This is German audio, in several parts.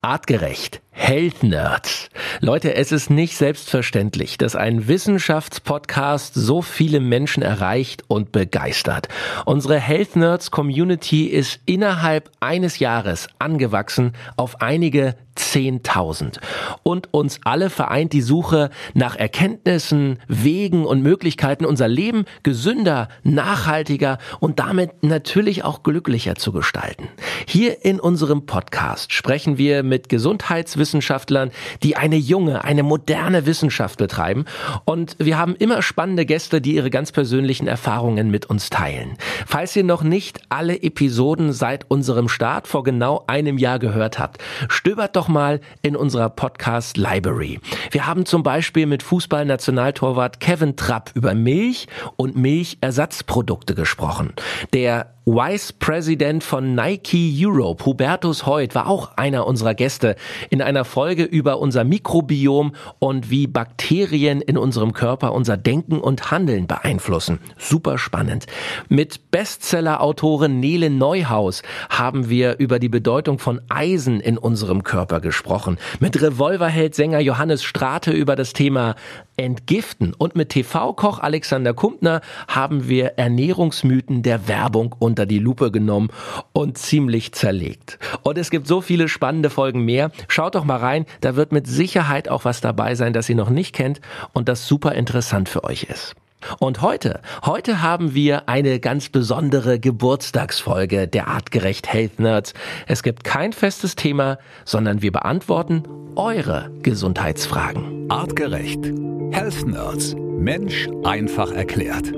Artgerecht. Health Nerds. Leute, es ist nicht selbstverständlich, dass ein Wissenschaftspodcast so viele Menschen erreicht und begeistert. Unsere Health Nerds Community ist innerhalb eines Jahres angewachsen auf einige 10.000. Und uns alle vereint die Suche nach Erkenntnissen, Wegen und Möglichkeiten, unser Leben gesünder, nachhaltiger und damit natürlich auch glücklicher zu gestalten. Hier in unserem Podcast sprechen wir mit Gesundheitswissenschaftlern, die eine junge, eine moderne Wissenschaft betreiben. Und wir haben immer spannende Gäste, die ihre ganz persönlichen Erfahrungen mit uns teilen. Falls ihr noch nicht alle Episoden seit unserem Start vor genau einem Jahr gehört habt, stöbert doch mal in unserer Podcast Library. Wir haben zum Beispiel mit Fußballnationaltorwart Kevin Trapp über Milch und Milchersatzprodukte gesprochen. Der Vice President von Nike Europe, Hubertus Heut, war auch einer unserer Gäste in einer Folge über unser Mikrobiom und wie Bakterien in unserem Körper unser Denken und Handeln beeinflussen. Super spannend. Mit Bestseller-Autorin Nele Neuhaus haben wir über die Bedeutung von Eisen in unserem Körper gesprochen. Mit Revolverheld-Sänger Johannes Strate über das Thema Entgiften und mit TV-Koch Alexander Kumpner haben wir Ernährungsmythen der Werbung unter die Lupe genommen und ziemlich zerlegt. Und es gibt so viele spannende Folgen mehr. Schaut doch mal rein, da wird mit Sicherheit auch was dabei sein, das ihr noch nicht kennt und das super interessant für euch ist. Und heute haben wir eine ganz besondere Geburtstagsfolge der Artgerecht Health Nerds. Es gibt kein festes Thema, sondern wir beantworten eure Gesundheitsfragen. Artgerecht. Health Nerds. Mensch einfach erklärt.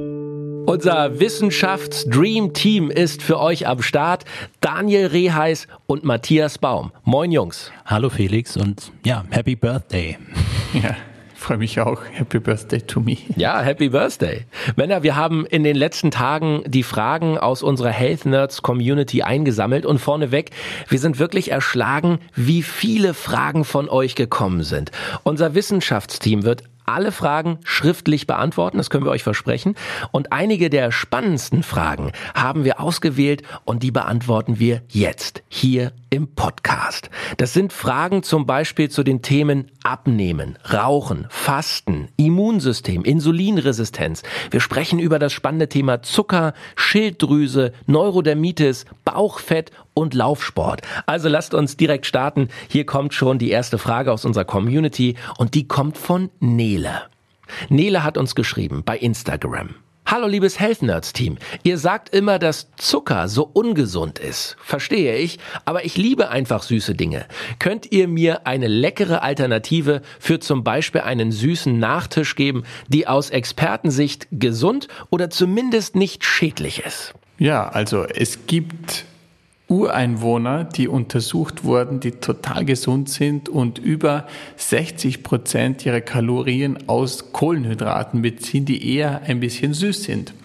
Unser Wissenschafts-Dream-Team ist für euch am Start. Daniel Reheis und Matthias Baum. Moin Jungs. Hallo Felix und ja, Happy Birthday. Ja. Freue mich auch. Happy Birthday to me. Ja, Happy Birthday. Männer, wir haben in den letzten Tagen die Fragen aus unserer Health Nerds Community eingesammelt und vorneweg, wir sind wirklich erschlagen, wie viele Fragen von euch gekommen sind. Unser Wissenschaftsteam wird alle Fragen schriftlich beantworten, das können wir euch versprechen. Und einige der spannendsten Fragen haben wir ausgewählt und die beantworten wir jetzt hier im Podcast. Das sind Fragen zum Beispiel zu den Themen Abnehmen, Rauchen, Fasten, Immunsystem, Insulinresistenz. Wir sprechen über das spannende Thema Zucker, Schilddrüse, Neurodermitis, Bauchfett und Laufsport. Also lasst uns direkt starten. Hier kommt schon die erste Frage aus unserer Community und die kommt von Nele. Nele hat uns geschrieben bei Instagram. Hallo liebes Health Nerds Team, ihr sagt immer, dass Zucker so ungesund ist. Verstehe ich, aber ich liebe einfach süße Dinge. Könnt ihr mir eine leckere Alternative für zum Beispiel einen süßen Nachtisch geben, die aus Expertensicht gesund oder zumindest nicht schädlich ist? Ja, also es gibt Ureinwohner, die untersucht wurden, die total gesund sind und über 60% ihrer Kalorien aus Kohlenhydraten beziehen, die eher ein bisschen süß sind.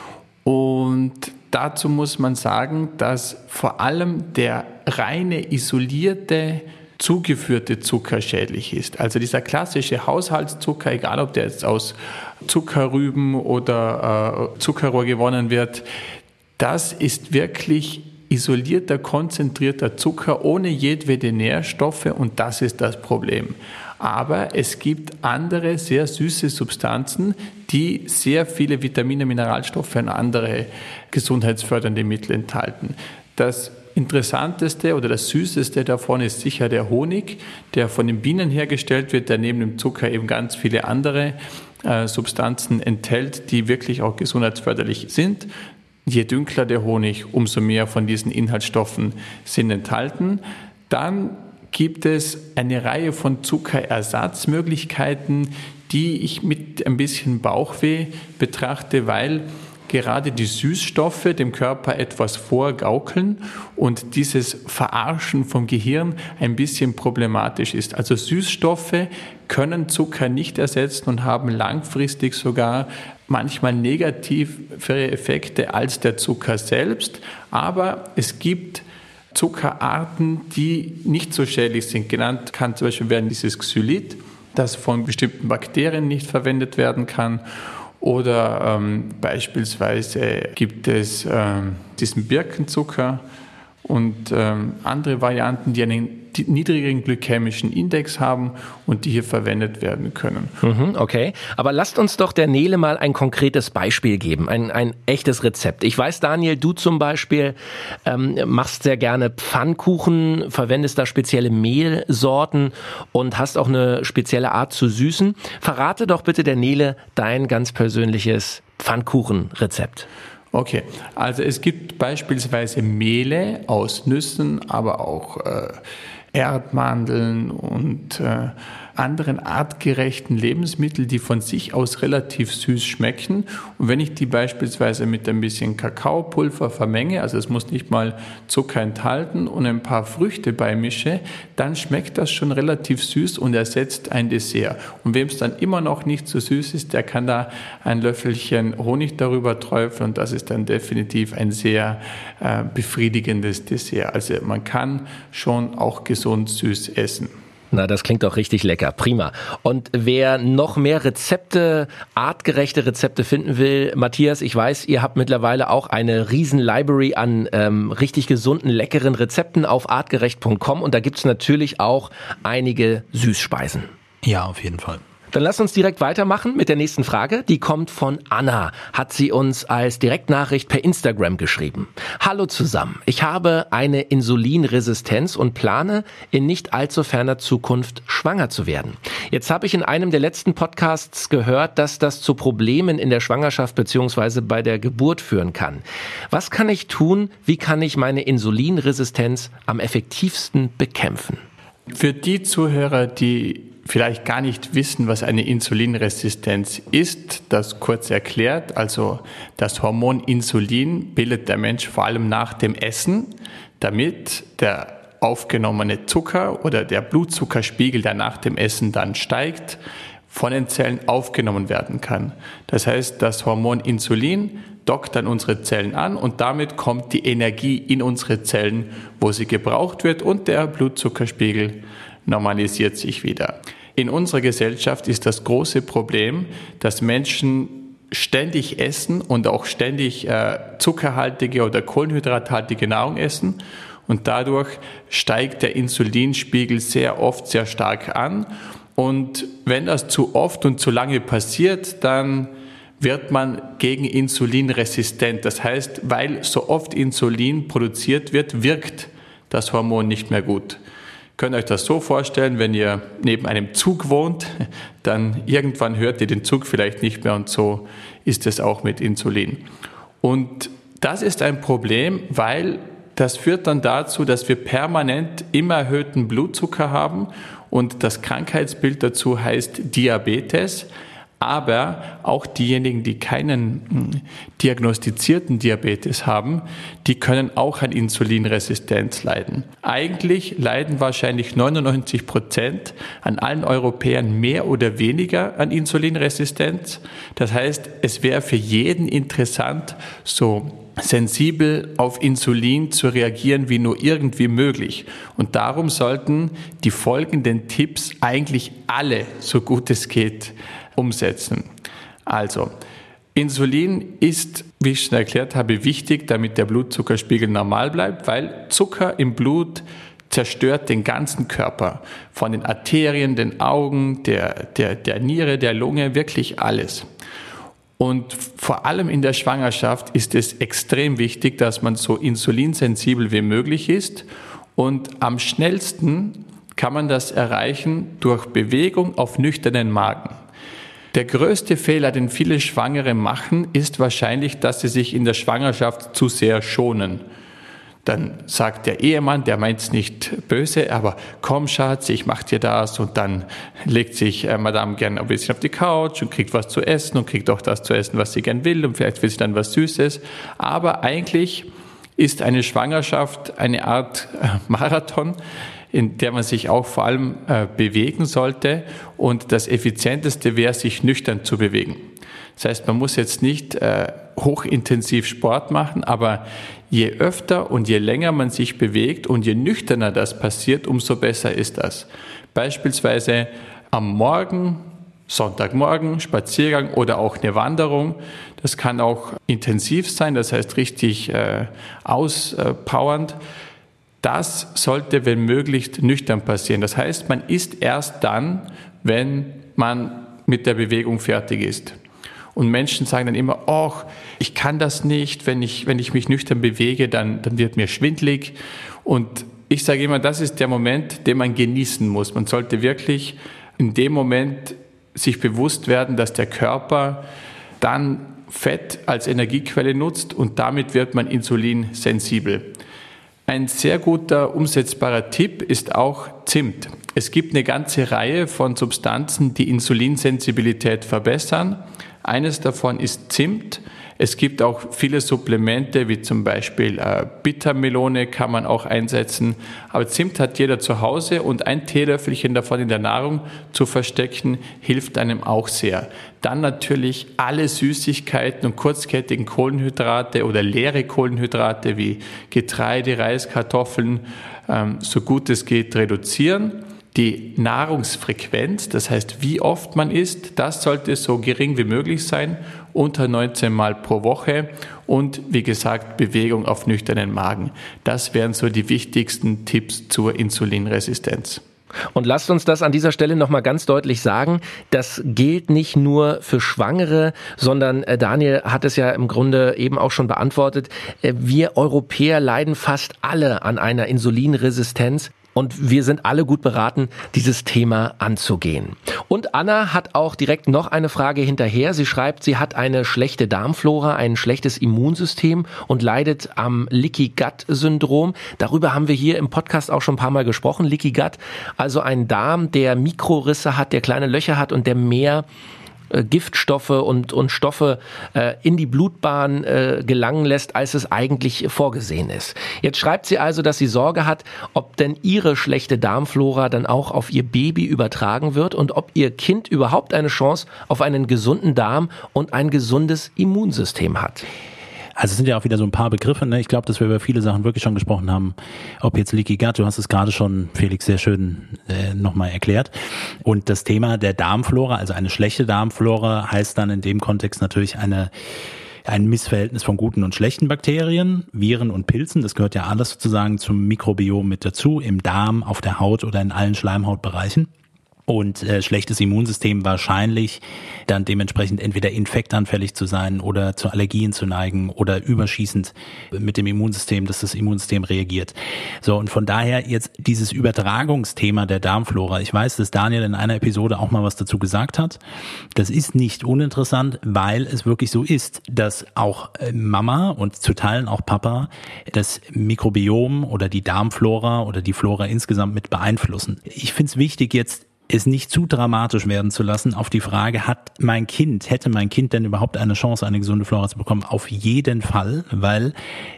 Und dazu muss man sagen, dass vor allem der reine, isolierte, zugeführte Zucker schädlich ist. Also dieser klassische Haushaltszucker, egal ob der jetzt aus Zuckerrüben oder Zuckerrohr gewonnen wird, das ist wirklich isolierter, konzentrierter Zucker ohne jedwede Nährstoffe und das ist das Problem. Aber es gibt andere sehr süße Substanzen, die sehr viele Vitamine, Mineralstoffe und andere gesundheitsfördernde Mittel enthalten. Das Interessanteste oder das Süßeste davon ist sicher der Honig, der von den Bienen hergestellt wird, der neben dem Zucker eben ganz viele andere Substanzen enthält, die wirklich auch gesundheitsförderlich sind. Je dunkler der Honig, umso mehr von diesen Inhaltsstoffen sind enthalten. Dann gibt es eine Reihe von Zuckerersatzmöglichkeiten, die ich mit ein bisschen Bauchweh betrachte, weil gerade die Süßstoffe dem Körper etwas vorgaukeln und dieses Verarschen vom Gehirn ein bisschen problematisch ist. Also Süßstoffe können Zucker nicht ersetzen und haben langfristig sogar manchmal negativere Effekte als der Zucker selbst. Aber es gibt Zuckerarten, die nicht so schädlich sind. Genannt kann zum Beispiel werden dieses Xylit, das von bestimmten Bakterien nicht verwendet werden kann. Oder beispielsweise gibt es diesen Birkenzucker und andere Varianten, die einen niedrigeren glykämischen Index haben und die hier verwendet werden können. Okay, aber lasst uns doch der Nele mal ein konkretes Beispiel geben, ein echtes Rezept. Ich weiß, Daniel, du zum Beispiel machst sehr gerne Pfannkuchen, verwendest da spezielle Mehlsorten und hast auch eine spezielle Art zu süßen. Verrate doch bitte der Nele dein ganz persönliches Pfannkuchenrezept. Okay, also es gibt beispielsweise Mehle aus Nüssen, aber auch Erdmandeln und anderen artgerechten Lebensmittel, die von sich aus relativ süß schmecken. Und wenn ich die beispielsweise mit ein bisschen Kakaopulver vermenge, also es muss nicht mal Zucker enthalten, und ein paar Früchte beimische, dann schmeckt das schon relativ süß und ersetzt ein Dessert. Und wem es dann immer noch nicht so süß ist, der kann da ein Löffelchen Honig darüber träufeln und das ist dann definitiv ein sehr befriedigendes Dessert. Also man kann schon auch gesund süß essen. Na, das klingt doch richtig lecker. Prima. Und wer noch mehr Rezepte, artgerechte Rezepte finden will, Matthias, ich weiß, ihr habt mittlerweile auch eine riesen Library an richtig gesunden, leckeren Rezepten auf artgerecht.com und da gibt's natürlich auch einige Süßspeisen. Ja, auf jeden Fall. Dann lasst uns direkt weitermachen mit der nächsten Frage. Die kommt von Anna. Hat sie uns als Direktnachricht per Instagram geschrieben. Hallo zusammen. Ich habe eine Insulinresistenz und plane in nicht allzu ferner Zukunft schwanger zu werden. Jetzt habe ich in einem der letzten Podcasts gehört, dass das zu Problemen in der Schwangerschaft bzw. bei der Geburt führen kann. Was kann ich tun? Wie kann ich meine Insulinresistenz am effektivsten bekämpfen? Für die Zuhörer, die vielleicht gar nicht wissen, was eine Insulinresistenz ist, das kurz erklärt. Also das Hormon Insulin bildet der Mensch vor allem nach dem Essen, damit der aufgenommene Zucker oder der Blutzuckerspiegel, der nach dem Essen dann steigt, von den Zellen aufgenommen werden kann. Das heißt, das Hormon Insulin dockt dann unsere Zellen an und damit kommt die Energie in unsere Zellen, wo sie gebraucht wird und der Blutzuckerspiegel normalisiert sich wieder. In unserer Gesellschaft ist das große Problem, dass Menschen ständig essen und auch ständig zuckerhaltige oder kohlenhydrathaltige Nahrung essen und dadurch steigt der Insulinspiegel sehr oft sehr stark an und wenn das zu oft und zu lange passiert, dann wird man gegen Insulin resistent. Das heißt, weil so oft Insulin produziert wird, wirkt das Hormon nicht mehr gut. Könnt ihr euch das so vorstellen, wenn ihr neben einem Zug wohnt, dann irgendwann hört ihr den Zug vielleicht nicht mehr und so ist es auch mit Insulin. Und das ist ein Problem, weil das führt dann dazu, dass wir permanent immer erhöhten Blutzucker haben und das Krankheitsbild dazu heißt Diabetes. Aber auch diejenigen, die keinen diagnostizierten Diabetes haben, die können auch an Insulinresistenz leiden. Eigentlich leiden wahrscheinlich 99% an allen Europäern mehr oder weniger an Insulinresistenz. Das heißt, es wäre für jeden interessant, so sensibel auf Insulin zu reagieren wie nur irgendwie möglich. Und darum sollten die folgenden Tipps eigentlich alle, so gut es geht, umsetzen. Also, Insulin ist, wie ich schon erklärt habe, wichtig, damit der Blutzuckerspiegel normal bleibt, weil Zucker im Blut zerstört den ganzen Körper. Von den Arterien, den Augen, der Niere, der Lunge, wirklich alles. Und vor allem in der Schwangerschaft ist es extrem wichtig, dass man so insulinsensibel wie möglich ist. Und am schnellsten kann man das erreichen durch Bewegung auf nüchternen Magen. Der größte Fehler, den viele Schwangere machen, ist wahrscheinlich, dass sie sich in der Schwangerschaft zu sehr schonen. Dann sagt der Ehemann, der meint es nicht böse, aber komm Schatz, ich mach dir das und dann legt sich Madame gern ein bisschen auf die Couch und kriegt was zu essen und kriegt auch das zu essen, was sie gern will und vielleicht will sie dann was Süßes. Aber eigentlich ist eine Schwangerschaft eine Art Marathon, in der man sich auch vor allem bewegen sollte und das Effizienteste wäre, sich nüchtern zu bewegen. Das heißt, man muss jetzt nicht hochintensiv Sport machen, aber je öfter und je länger man sich bewegt und je nüchterner das passiert, umso besser ist das. Beispielsweise am Morgen, Sonntagmorgen, Spaziergang oder auch eine Wanderung. Das kann auch intensiv sein, das heißt richtig auspowernd. Das sollte, wenn möglich, nüchtern passieren. Das heißt, man isst erst dann, wenn man mit der Bewegung fertig ist. Und Menschen sagen dann immer, ach, ich kann das nicht, wenn ich mich nüchtern bewege, dann wird mir schwindelig. Und ich sage immer, das ist der Moment, den man genießen muss. Man sollte wirklich in dem Moment sich bewusst werden, dass der Körper dann Fett als Energiequelle nutzt und damit wird man insulinsensibel. Ein sehr guter, umsetzbarer Tipp ist auch Zimt. Es gibt eine ganze Reihe von Substanzen, die Insulinsensibilität verbessern. Eines davon ist Zimt. Es gibt auch viele Supplemente, wie zum Beispiel Bittermelone kann man auch einsetzen. Aber Zimt hat jeder zu Hause und ein Teelöffelchen davon in der Nahrung zu verstecken, hilft einem auch sehr. Dann natürlich alle Süßigkeiten und kurzkettigen Kohlenhydrate oder leere Kohlenhydrate wie Getreide, Reis, Kartoffeln, so gut es geht, reduzieren. Die Nahrungsfrequenz, das heißt, wie oft man isst, das sollte so gering wie möglich sein, unter 19 Mal pro Woche und wie gesagt, Bewegung auf nüchternen Magen. Das wären so die wichtigsten Tipps zur Insulinresistenz. Und lasst uns das an dieser Stelle nochmal ganz deutlich sagen, das gilt nicht nur für Schwangere, sondern Daniel hat es ja im Grunde eben auch schon beantwortet, wir Europäer leiden fast alle an einer Insulinresistenz. Und wir sind alle gut beraten, dieses Thema anzugehen. Und Anna hat auch direkt noch eine Frage hinterher. Sie schreibt, sie hat eine schlechte Darmflora, ein schlechtes Immunsystem und leidet am Leaky Gut Syndrom. Darüber haben wir hier im Podcast auch schon ein paar Mal gesprochen. Leaky Gut, also ein Darm, der Mikrorisse hat, der kleine Löcher hat und der mehr Giftstoffe und Stoffe in die Blutbahn gelangen lässt, als es eigentlich vorgesehen ist. Jetzt schreibt sie also, dass sie Sorge hat, ob denn ihre schlechte Darmflora dann auch auf ihr Baby übertragen wird und ob ihr Kind überhaupt eine Chance auf einen gesunden Darm und ein gesundes Immunsystem hat. Also es sind ja auch wieder so ein paar Begriffe, ne? Ich glaube, dass wir über viele Sachen wirklich schon gesprochen haben. Ob jetzt Leaky Gut, du hast es gerade schon, Felix, sehr schön nochmal erklärt. Und das Thema der Darmflora, also eine schlechte Darmflora, heißt dann in dem Kontext natürlich ein Missverhältnis von guten und schlechten Bakterien, Viren und Pilzen. Das gehört ja alles sozusagen zum Mikrobiom mit dazu, im Darm, auf der Haut oder in allen Schleimhautbereichen. Und schlechtes Immunsystem wahrscheinlich dann dementsprechend entweder infektanfällig zu sein oder zu Allergien zu neigen oder überschießend mit dem Immunsystem, dass das Immunsystem reagiert. So, und von daher jetzt dieses Übertragungsthema der Darmflora. Ich weiß, dass Daniel in einer Episode auch mal was dazu gesagt hat. Das ist nicht uninteressant, weil es wirklich so ist, dass auch Mama und zu Teilen auch Papa das Mikrobiom oder die Darmflora oder die Flora insgesamt mit beeinflussen. Ich finde es wichtig, jetzt es nicht zu dramatisch werden zu lassen auf die Frage, hätte mein Kind denn überhaupt eine Chance, eine gesunde Flora zu bekommen? Auf jeden Fall, weil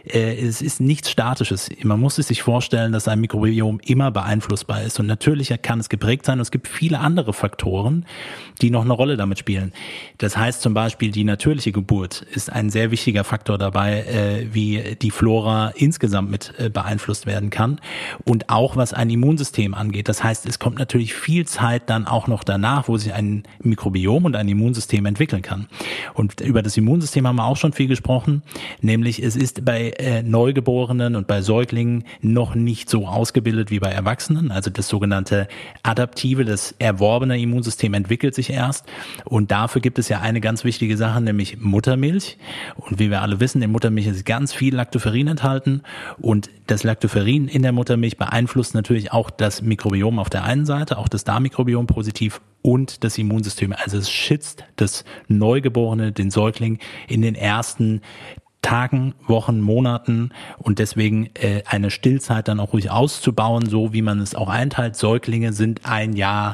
es ist nichts Statisches. Man muss es sich vorstellen, dass ein Mikrobiom immer beeinflussbar ist und natürlich kann es geprägt sein und es gibt viele andere Faktoren, die noch eine Rolle damit spielen. Das heißt zum Beispiel, die natürliche Geburt ist ein sehr wichtiger Faktor dabei, wie die Flora insgesamt mit beeinflusst werden kann und auch was ein Immunsystem angeht. Das heißt, es kommt natürlich viel Zeit dann auch noch danach, wo sich ein Mikrobiom und ein Immunsystem entwickeln kann. Und über das Immunsystem haben wir auch schon viel gesprochen, nämlich es ist bei Neugeborenen und bei Säuglingen noch nicht so ausgebildet wie bei Erwachsenen. Also das sogenannte adaptive, das erworbene Immunsystem entwickelt sich erst. Und dafür gibt es ja eine ganz wichtige Sache, nämlich Muttermilch. Und wie wir alle wissen, in Muttermilch ist ganz viel Lactoferrin enthalten. Und das Lactoferrin in der Muttermilch beeinflusst natürlich auch das Mikrobiom auf der einen Seite, auch das Darmmikrobiom positiv und das Immunsystem. Also es schützt das Neugeborene, den Säugling in den ersten Tagen, Wochen, Monaten und deswegen eine Stillzeit dann auch ruhig auszubauen, so wie man es auch einteilt. Säuglinge sind ein Jahr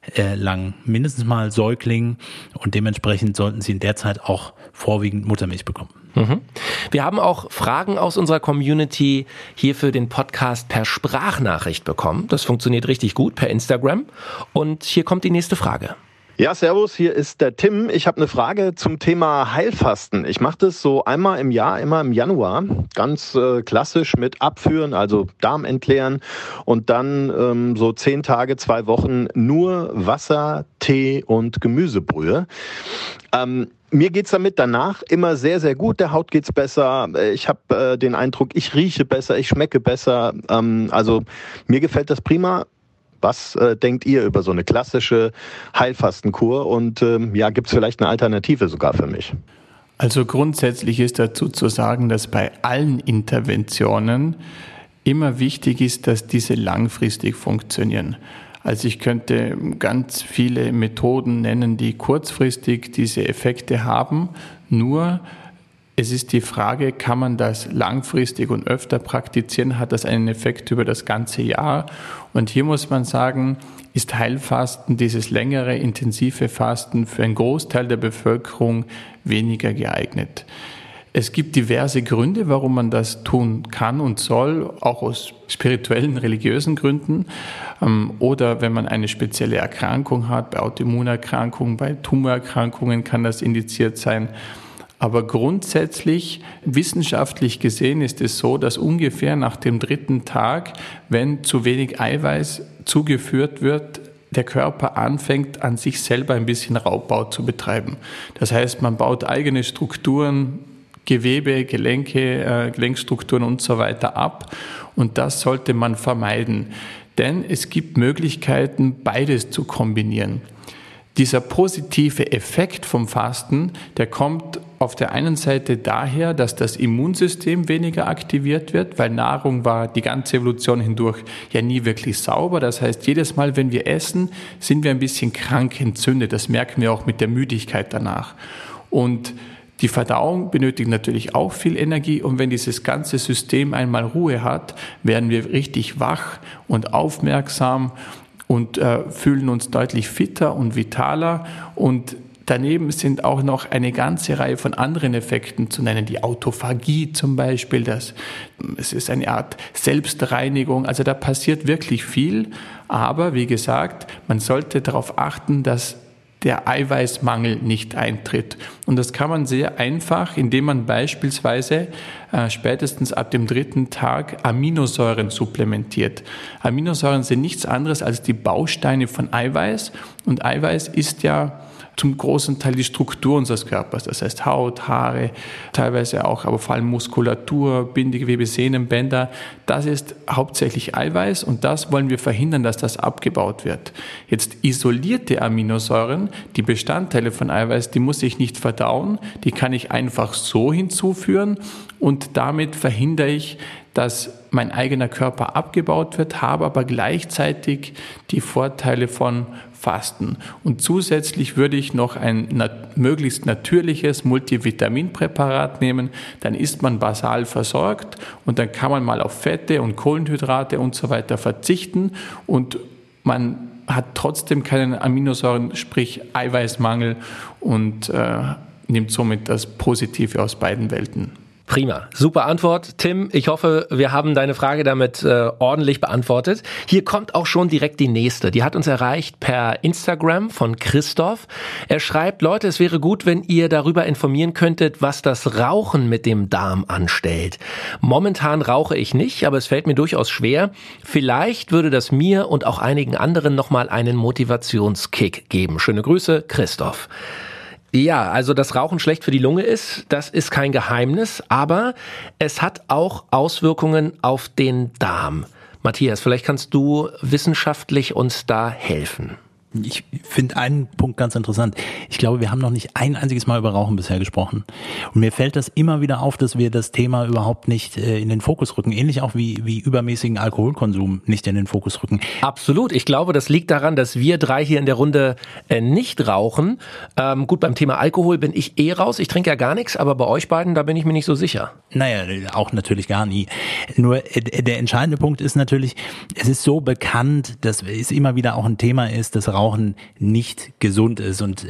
lang mindestens mal Säugling und dementsprechend sollten sie in der Zeit auch vorwiegend Muttermilch bekommen. Wir haben auch Fragen aus unserer Community hier für den Podcast per Sprachnachricht bekommen. Das funktioniert richtig gut per Instagram. Und hier kommt die nächste Frage. Ja, servus, hier ist der Tim. Ich habe eine Frage zum Thema Heilfasten. Ich mache das so einmal im Jahr, immer im Januar, ganz klassisch mit Abführen, also Darm entleeren und dann so 10 Tage, 2 Wochen nur Wasser, Tee und Gemüsebrühe. Mir geht's damit danach immer sehr, sehr gut. Der Haut geht's besser. Ich habe den Eindruck, ich rieche besser, ich schmecke besser. Also mir gefällt das prima. Was denkt ihr über so eine klassische Heilfastenkur und gibt es vielleicht eine Alternative sogar für mich? Also grundsätzlich ist dazu zu sagen, dass bei allen Interventionen immer wichtig ist, dass diese langfristig funktionieren. Also ich könnte ganz viele Methoden nennen, die kurzfristig diese Effekte haben, nur es ist die Frage, kann man das langfristig und öfter praktizieren? Hat das einen Effekt über das ganze Jahr? Und hier muss man sagen, ist Heilfasten, dieses längere, intensive Fasten für einen Großteil der Bevölkerung weniger geeignet. Es gibt diverse Gründe, warum man das tun kann und soll, auch aus spirituellen, religiösen Gründen. Oder wenn man eine spezielle Erkrankung hat, bei Autoimmunerkrankungen, bei Tumorerkrankungen kann das indiziert sein. Aber grundsätzlich, wissenschaftlich gesehen, ist es so, dass ungefähr nach dem 3. Tag, wenn zu wenig Eiweiß zugeführt wird, der Körper anfängt, an sich selber ein bisschen Raubbau zu betreiben. Das heißt, man baut eigene Strukturen, Gewebe, Gelenke, Gelenkstrukturen und so weiter ab. Und das sollte man vermeiden. Denn es gibt Möglichkeiten, beides zu kombinieren. Dieser positive Effekt vom Fasten, der kommt auf der einen Seite daher, dass das Immunsystem weniger aktiviert wird, weil Nahrung war die ganze Evolution hindurch ja nie wirklich sauber. Das heißt, jedes Mal, wenn wir essen, sind wir ein bisschen krank entzündet. Das merken wir auch mit der Müdigkeit danach. Und die Verdauung benötigt natürlich auch viel Energie und wenn dieses ganze System einmal Ruhe hat, werden wir richtig wach und aufmerksam und fühlen uns deutlich fitter und vitaler und daneben sind auch noch eine ganze Reihe von anderen Effekten zu nennen, die Autophagie zum Beispiel, es ist eine Art Selbstreinigung, also da passiert wirklich viel, aber wie gesagt, man sollte darauf achten, dass der Eiweißmangel nicht eintritt. Und das kann man sehr einfach, indem man beispielsweise spätestens ab dem 3. Tag Aminosäuren supplementiert. Aminosäuren sind nichts anderes als die Bausteine von Eiweiß. Und Eiweiß ist ja zum großen Teil die Struktur unseres Körpers. Das heißt Haut, Haare, teilweise auch, aber vor allem Muskulatur, Bindegewebe, Sehnen, Bänder. Das ist hauptsächlich Eiweiß und das wollen wir verhindern, dass das abgebaut wird. Jetzt isolierte Aminosäuren, die Bestandteile von Eiweiß, die muss ich nicht verdauen, die kann ich einfach so hinzuführen und damit verhindere ich, dass mein eigener Körper abgebaut wird, habe aber gleichzeitig die Vorteile von Fasten. Und zusätzlich würde ich noch ein möglichst natürliches Multivitaminpräparat nehmen, dann ist man basal versorgt und dann kann man mal auf Fette und Kohlenhydrate und so weiter verzichten und man hat trotzdem keinen Aminosäuren, sprich Eiweißmangel und nimmt somit das Positive aus beiden Welten. Prima, super Antwort, Tim. Ich hoffe, wir haben deine Frage damit ordentlich beantwortet. Hier kommt auch schon direkt die nächste. Die hat uns erreicht per Instagram von Christoph. Er schreibt, Leute, es wäre gut, wenn ihr darüber informieren könntet, was das Rauchen mit dem Darm anstellt. Momentan rauche ich nicht, aber es fällt mir durchaus schwer. Vielleicht würde das mir und auch einigen anderen nochmal einen Motivationskick geben. Schöne Grüße, Christoph. Ja, also dass Rauchen schlecht für die Lunge ist, das ist kein Geheimnis, aber es hat auch Auswirkungen auf den Darm. Matthias, vielleicht kannst du wissenschaftlich uns da helfen. Ich finde einen Punkt ganz interessant. Ich glaube, wir haben noch nicht ein einziges Mal über Rauchen bisher gesprochen. Und mir fällt das immer wieder auf, dass wir das Thema überhaupt nicht in den Fokus rücken. Ähnlich auch wie übermäßigen Alkoholkonsum nicht in den Fokus rücken. Absolut. Ich glaube, das liegt daran, dass wir drei hier in der Runde nicht rauchen. Gut, beim Thema Alkohol bin ich raus. Ich trinke ja gar nichts, aber bei euch beiden, da bin ich mir nicht so sicher. Naja, auch natürlich gar nie. Nur der entscheidende Punkt ist natürlich, es ist so bekannt, dass es immer wieder auch ein Thema ist, dass Rauchen Rauchen nicht gesund ist. Und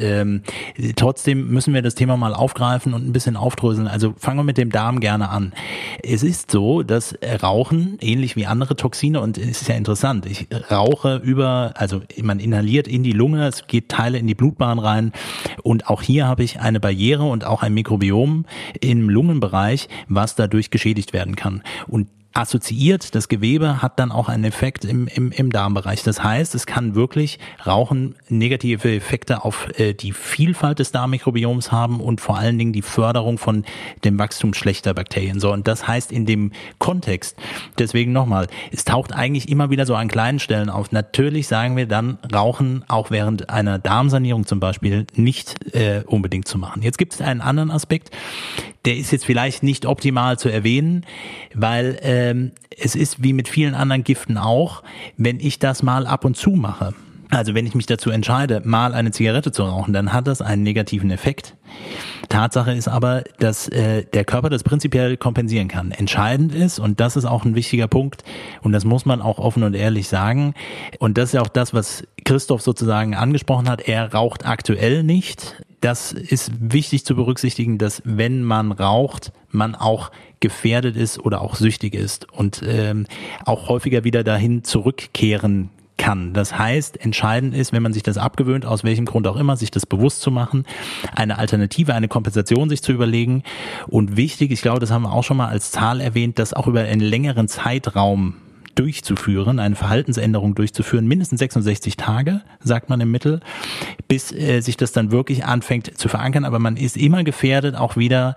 trotzdem müssen wir das Thema mal aufgreifen und ein bisschen aufdröseln. Also fangen wir mit dem Darm gerne an. Es ist so, dass Rauchen, ähnlich wie andere Toxine, und es ist ja interessant, ich rauche also man inhaliert in die Lunge, es geht Teile in die Blutbahn rein, und auch hier habe ich eine Barriere und auch ein Mikrobiom im Lungenbereich, was dadurch geschädigt werden kann. Und assoziiert, das Gewebe hat dann auch einen Effekt im Darmbereich. Das heißt, es kann wirklich Rauchen negative Effekte auf die Vielfalt des Darmmikrobioms haben und vor allen Dingen die Förderung von dem Wachstum schlechter Bakterien. So, und das heißt in dem Kontext, deswegen nochmal, es taucht eigentlich immer wieder so an kleinen Stellen auf. Natürlich sagen wir dann, Rauchen auch während einer Darmsanierung zum Beispiel nicht unbedingt zu machen. Jetzt gibt es einen anderen Aspekt, der ist jetzt vielleicht nicht optimal zu erwähnen, weil es ist wie mit vielen anderen Giften auch, wenn ich das mal ab und zu mache. Also wenn ich mich dazu entscheide, mal eine Zigarette zu rauchen, dann hat das einen negativen Effekt. Tatsache ist aber, dass der Körper das prinzipiell kompensieren kann. Entscheidend ist, und das ist auch ein wichtiger Punkt, und das muss man auch offen und ehrlich sagen, und das ist ja auch das, was Christoph sozusagen angesprochen hat, er raucht aktuell nicht. Das ist wichtig zu berücksichtigen, dass wenn man raucht, man auch gefährdet ist oder auch süchtig ist und auch häufiger wieder dahin zurückkehren kann. Das heißt, entscheidend ist, wenn man sich das abgewöhnt, aus welchem Grund auch immer, sich das bewusst zu machen, eine Alternative, eine Kompensation sich zu überlegen. Und wichtig, ich glaube, das haben wir auch schon mal als Zahl erwähnt, das auch über einen längeren Zeitraum durchzuführen, eine Verhaltensänderung durchzuführen, mindestens 66 Tage, sagt man im Mittel, bis sich das dann wirklich anfängt zu verankern. Aber man ist immer gefährdet, auch wieder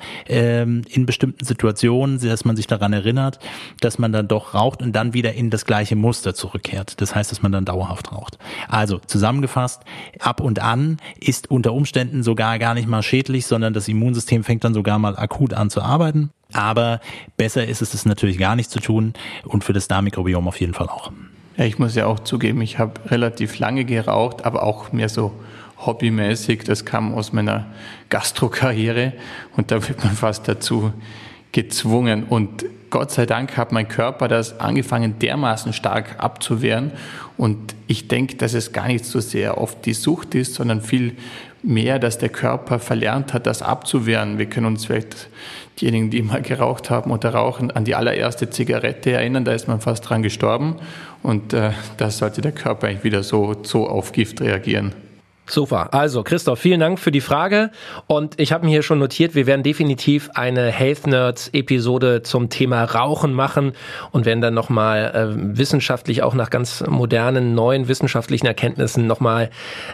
in bestimmten Situationen, dass man sich daran erinnert, dass man dann doch raucht und dann wieder in das gleiche Muster zurückkehrt. Das heißt, dass man dann dauerhaft raucht. Also zusammengefasst, ab und an ist unter Umständen sogar gar nicht mal schädlich, sondern das Immunsystem fängt dann sogar mal akut an zu arbeiten. Aber besser ist es natürlich gar nicht zu tun, und für das Darmmikrobiom auf jeden Fall auch. Ja, ich muss ja auch zugeben, ich habe relativ lange geraucht, aber auch mehr so hobbymäßig. Das kam aus meiner Gastrokarriere und da wird man fast dazu gezwungen. Und Gott sei Dank hat mein Körper das angefangen dermaßen stark abzuwehren. Und ich denke, dass es gar nicht so sehr oft die Sucht ist, sondern viel mehr, dass der Körper verlernt hat, das abzuwehren. Wir können uns vielleicht diejenigen, die mal geraucht haben oder rauchen, an die allererste Zigarette erinnern. Da ist man fast dran gestorben. Und da sollte der Körper eigentlich wieder so auf Gift reagieren. Super. Also Christoph, vielen Dank für die Frage, und ich habe mir hier schon notiert, wir werden definitiv eine Health Nerds Episode zum Thema Rauchen machen und werden dann nochmal wissenschaftlich, auch nach ganz modernen, neuen wissenschaftlichen Erkenntnissen nochmal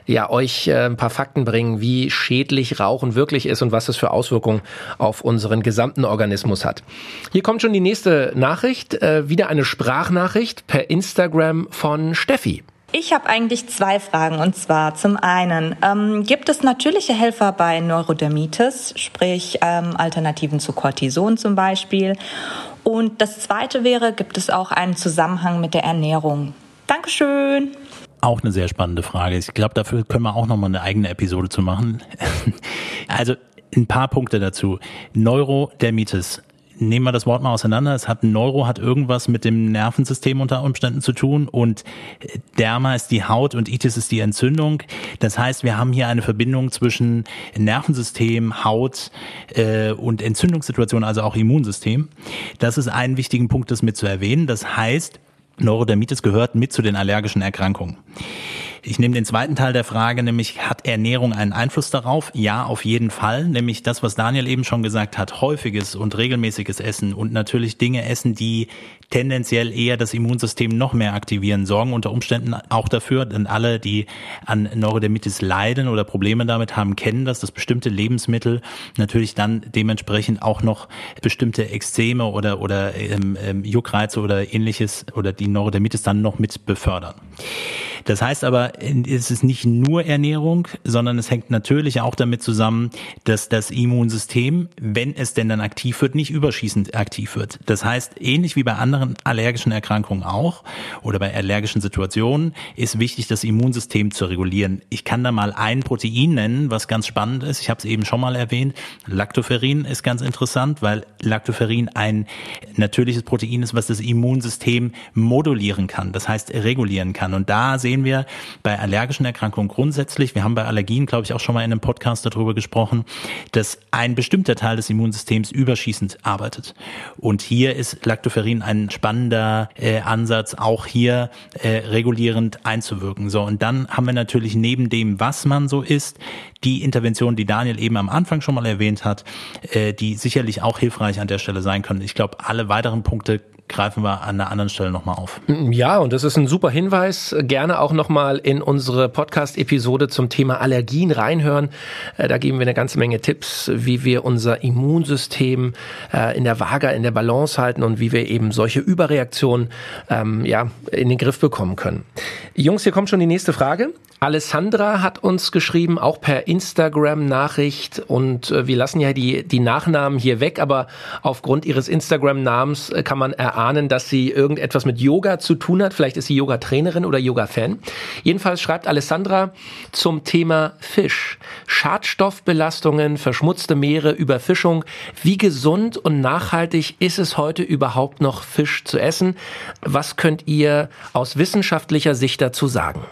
euch ein paar Fakten bringen, wie schädlich Rauchen wirklich ist und was es für Auswirkungen auf unseren gesamten Organismus hat. Hier kommt schon die nächste Nachricht, wieder eine Sprachnachricht per Instagram von Steffi. Ich habe eigentlich 2 Fragen, und zwar zum einen, gibt es natürliche Helfer bei Neurodermitis, sprich Alternativen zu Cortison zum Beispiel? Und das zweite wäre, gibt es auch einen Zusammenhang mit der Ernährung? Dankeschön. Auch eine sehr spannende Frage. Ich glaube, dafür können wir auch nochmal eine eigene Episode zu machen. Also ein paar Punkte dazu. Neurodermitis. Nehmen wir das Wort mal auseinander. Neuro hat irgendwas mit dem Nervensystem unter Umständen zu tun, und Derma ist die Haut und Itis ist die Entzündung. Das heißt, wir haben hier eine Verbindung zwischen Nervensystem, Haut und Entzündungssituation, also auch Immunsystem. Das ist ein wichtigen Punkt, das mit zu erwähnen. Das heißt, Neurodermitis gehört mit zu den allergischen Erkrankungen. Ich nehme den zweiten Teil der Frage, nämlich hat Ernährung einen Einfluss darauf? Ja, auf jeden Fall. Nämlich das, was Daniel eben schon gesagt hat, häufiges und regelmäßiges Essen und natürlich Dinge essen, die tendenziell eher das Immunsystem noch mehr aktivieren, sorgen unter Umständen auch dafür, denn alle, die an Neurodermitis leiden oder Probleme damit haben, kennen das, dass bestimmte Lebensmittel natürlich dann dementsprechend auch noch bestimmte Ekzeme oder Juckreize oder ähnliches oder die Neurodermitis dann noch mit befördern. Das heißt aber, es ist nicht nur Ernährung, sondern es hängt natürlich auch damit zusammen, dass das Immunsystem, wenn es denn dann aktiv wird, nicht überschießend aktiv wird. Das heißt, ähnlich wie bei anderen anderen allergischen Erkrankungen auch oder bei allergischen Situationen ist wichtig, das Immunsystem zu regulieren. Ich kann da mal ein Protein nennen, was ganz spannend ist. Ich habe es eben schon mal erwähnt. Lactoferrin ist ganz interessant, weil Lactoferrin ein natürliches Protein ist, was das Immunsystem modulieren kann, das heißt regulieren kann. Und da sehen wir bei allergischen Erkrankungen grundsätzlich, wir haben bei Allergien, glaube ich, auch schon mal in einem Podcast darüber gesprochen, dass ein bestimmter Teil des Immunsystems überschießend arbeitet. Und hier ist Lactoferrin ein spannender Ansatz, auch hier regulierend einzuwirken. So, und dann haben wir natürlich neben dem, was man so isst, die Intervention, die Daniel eben am Anfang schon mal erwähnt hat, die sicherlich auch hilfreich an der Stelle sein können. Ich glaube, alle weiteren Punkte greifen wir an einer anderen Stelle nochmal auf. Ja, und das ist ein super Hinweis. Gerne auch nochmal in unsere Podcast-Episode zum Thema Allergien reinhören. Da geben wir eine ganze Menge Tipps, wie wir unser Immunsystem in der Waage, in der Balance halten und wie wir eben solche Überreaktionen in den Griff bekommen können. Jungs, hier kommt schon die nächste Frage. Alessandra hat uns geschrieben, auch per Instagram-Nachricht, und wir lassen ja die Nachnamen hier weg, aber aufgrund ihres Instagram-Namens kann man erahnen, dass sie irgendetwas mit Yoga zu tun hat. Vielleicht ist sie Yoga-Trainerin oder Yoga-Fan. Jedenfalls schreibt Alessandra zum Thema Fisch. Schadstoffbelastungen, verschmutzte Meere, Überfischung. Wie gesund und nachhaltig ist es heute überhaupt noch, Fisch zu essen? Was könnt ihr aus wissenschaftlicher Sicht dazu sagen?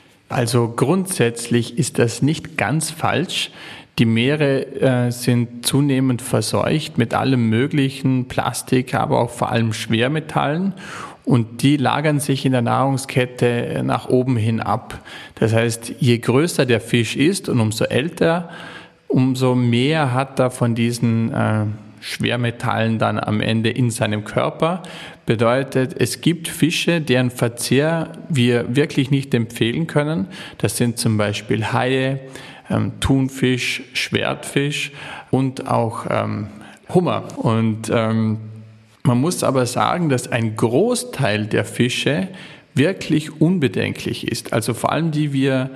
Also grundsätzlich ist das nicht ganz falsch. Die Meere sind zunehmend verseucht mit allem möglichen, Plastik, aber auch vor allem Schwermetallen. Und die lagern sich in der Nahrungskette nach oben hin ab. Das heißt, je größer der Fisch ist und umso älter, umso mehr hat er von diesen Schwermetallen dann am Ende in seinem Körper. Bedeutet, es gibt Fische, deren Verzehr wir wirklich nicht empfehlen können. Das sind zum Beispiel Haie, Thunfisch, Schwertfisch und auch Hummer. Und man muss aber sagen, dass ein Großteil der Fische wirklich unbedenklich ist. Also vor allem die wir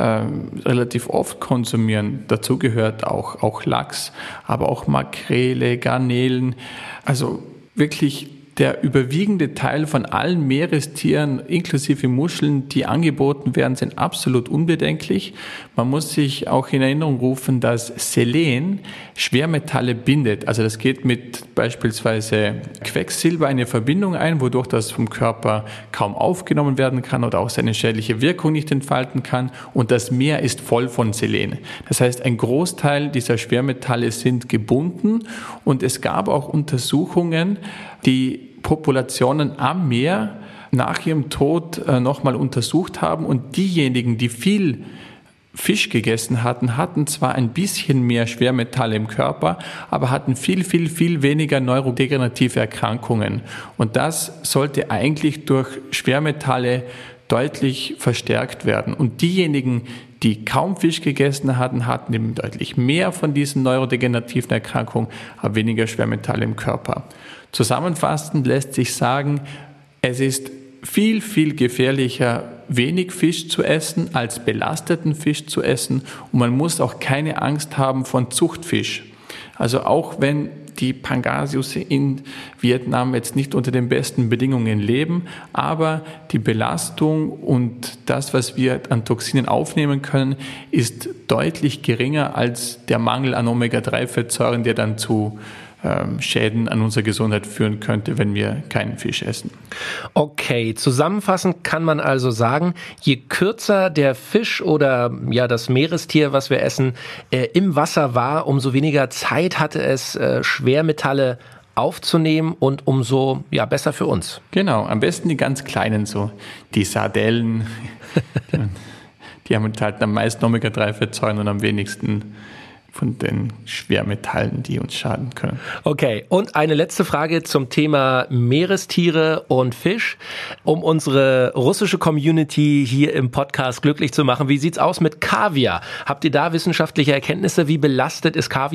relativ oft konsumieren. Dazu gehört auch Lachs, aber auch Makrele, Garnelen. Also wirklich der überwiegende Teil von allen Meerestieren, inklusive Muscheln, die angeboten werden, sind absolut unbedenklich. Man muss sich auch in Erinnerung rufen, dass Selen Schwermetalle bindet. Also das geht mit beispielsweise Quecksilber eine Verbindung ein, wodurch das vom Körper kaum aufgenommen werden kann oder auch seine schädliche Wirkung nicht entfalten kann. Und das Meer ist voll von Selen. Das heißt, ein Großteil dieser Schwermetalle sind gebunden. Und es gab auch Untersuchungen, die Populationen am Meer nach ihrem Tod nochmal untersucht haben, und diejenigen, die viel Fisch gegessen hatten, hatten zwar ein bisschen mehr Schwermetalle im Körper, aber hatten viel weniger neurodegenerative Erkrankungen. Und das sollte eigentlich durch Schwermetalle deutlich verstärkt werden. Und diejenigen, die kaum Fisch gegessen hatten, hatten eben deutlich mehr von diesen neurodegenerativen Erkrankungen, aber weniger Schwermetalle im Körper. Zusammenfassend lässt sich sagen, es ist viel gefährlicher, wenig Fisch zu essen, als belasteten Fisch zu essen. Und man muss auch keine Angst haben von Zuchtfisch. Also auch wenn die Pangasius in Vietnam jetzt nicht unter den besten Bedingungen leben, aber die Belastung und das, was wir an Toxinen aufnehmen können, ist deutlich geringer als der Mangel an Omega-3-Fettsäuren, der dann zu Schäden an unserer Gesundheit führen könnte, wenn wir keinen Fisch essen. Okay, zusammenfassend kann man also sagen, je kürzer der Fisch oder das Meerestier, was wir essen, im Wasser war, umso weniger Zeit hatte es, Schwermetalle aufzunehmen und umso besser für uns. Genau, am besten die ganz kleinen, so die Sardellen, die haben halt am meisten Omega-3-Fettsäuren und am wenigsten von den Schwermetallen, die uns schaden können. Okay, und eine letzte Frage zum Thema Meerestiere und Fisch, um unsere russische Community hier im Podcast glücklich zu machen. Wie sieht's aus mit Kaviar? Habt ihr da wissenschaftliche Erkenntnisse? Wie belastet ist Kaviar?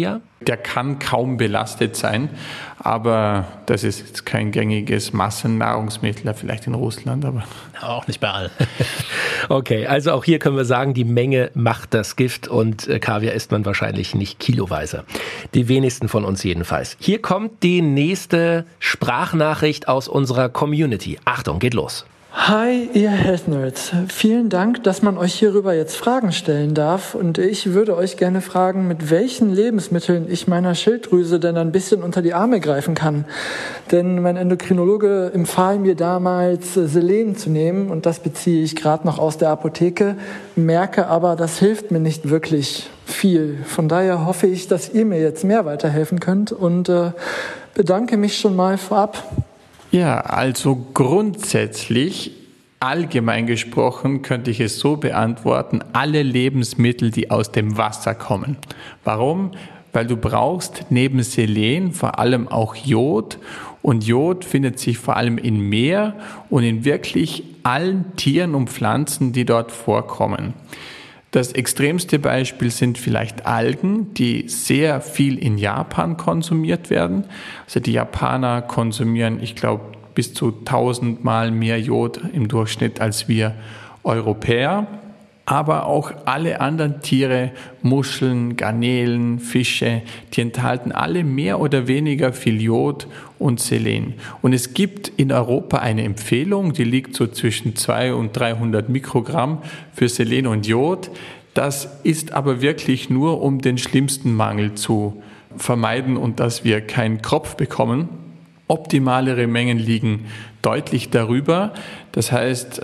Der kann kaum belastet sein, aber das ist jetzt kein gängiges Massennahrungsmittel, vielleicht in Russland, aber auch nicht bei allen. Okay, also auch hier können wir sagen, die Menge macht das Gift und Kaviar isst man wahrscheinlich nicht kiloweise. Die wenigsten von uns jedenfalls. Hier kommt die nächste Sprachnachricht aus unserer Community. Achtung, geht los. Hi, ihr Health Nerds. Vielen Dank, dass man euch hierüber jetzt Fragen stellen darf. Und ich würde euch gerne fragen, mit welchen Lebensmitteln ich meiner Schilddrüse denn ein bisschen unter die Arme greifen kann. Denn mein Endokrinologe empfahl mir damals, Selen zu nehmen. Und das beziehe ich gerade noch aus der Apotheke. Merke aber, das hilft mir nicht wirklich viel. Von daher hoffe ich, dass ihr mir jetzt mehr weiterhelfen könnt. Und bedanke mich schon mal vorab. Ja, also grundsätzlich, allgemein gesprochen, könnte ich es so beantworten, alle Lebensmittel, die aus dem Wasser kommen. Warum? Weil du brauchst neben Selen vor allem auch Jod und Jod findet sich vor allem im Meer und in wirklich allen Tieren und Pflanzen, die dort vorkommen. Das extremste Beispiel sind vielleicht Algen, die sehr viel in Japan konsumiert werden. Also die Japaner konsumieren, ich glaube, bis zu 1000-mal mehr Jod im Durchschnitt als wir Europäer. Aber auch alle anderen Tiere, Muscheln, Garnelen, Fische, die enthalten alle mehr oder weniger viel Jod und Selen. Und es gibt in Europa eine Empfehlung, die liegt so zwischen 200 und 300 Mikrogramm für Selen und Jod. Das ist aber wirklich nur, um den schlimmsten Mangel zu vermeiden und dass wir keinen Kropf bekommen. Optimalere Mengen liegen deutlich darüber. Das heißt,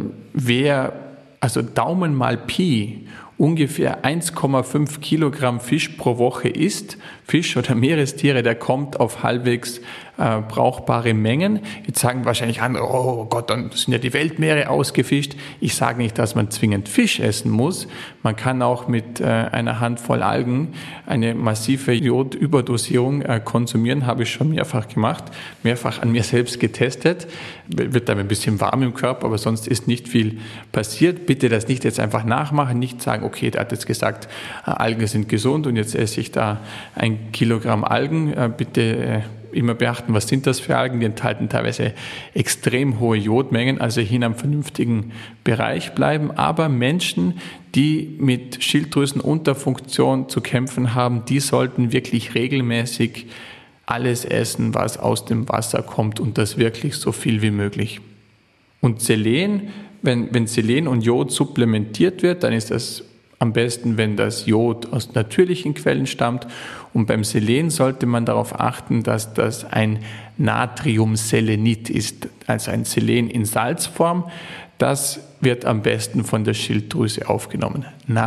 also Daumen mal Pi, ungefähr 1,5 Kilogramm Fisch pro Woche isst, Fisch oder Meerestiere, der kommt auf halbwegs brauchbare Mengen. Jetzt sagen wahrscheinlich andere, oh Gott, dann sind ja die Weltmeere ausgefischt. Ich sage nicht, dass man zwingend Fisch essen muss. Man kann auch mit einer Handvoll Algen eine massive Jodüberdosierung konsumieren, habe ich schon mehrfach gemacht, mehrfach an mir selbst getestet. Wird dann ein bisschen warm im Körper, aber sonst ist nicht viel passiert. Bitte das nicht jetzt einfach nachmachen, nicht sagen, okay, der hat jetzt gesagt, Algen sind gesund und jetzt esse ich da 1 Kilogramm Algen. Bitte immer beachten, was sind das für Algen? Die enthalten teilweise extrem hohe Jodmengen, also hier in einem vernünftigen Bereich bleiben. Aber Menschen, die mit Schilddrüsenunterfunktion zu kämpfen haben, die sollten wirklich regelmäßig alles essen, was aus dem Wasser kommt und das wirklich so viel wie möglich. Und Selen, wenn Selen und Jod supplementiert wird, dann ist das am besten, wenn das Jod aus natürlichen Quellen stammt. Und beim Selen sollte man darauf achten, dass das ein Natriumselenit ist, also ein Selen in Salzform. Das wird am besten von der Schilddrüse aufgenommen.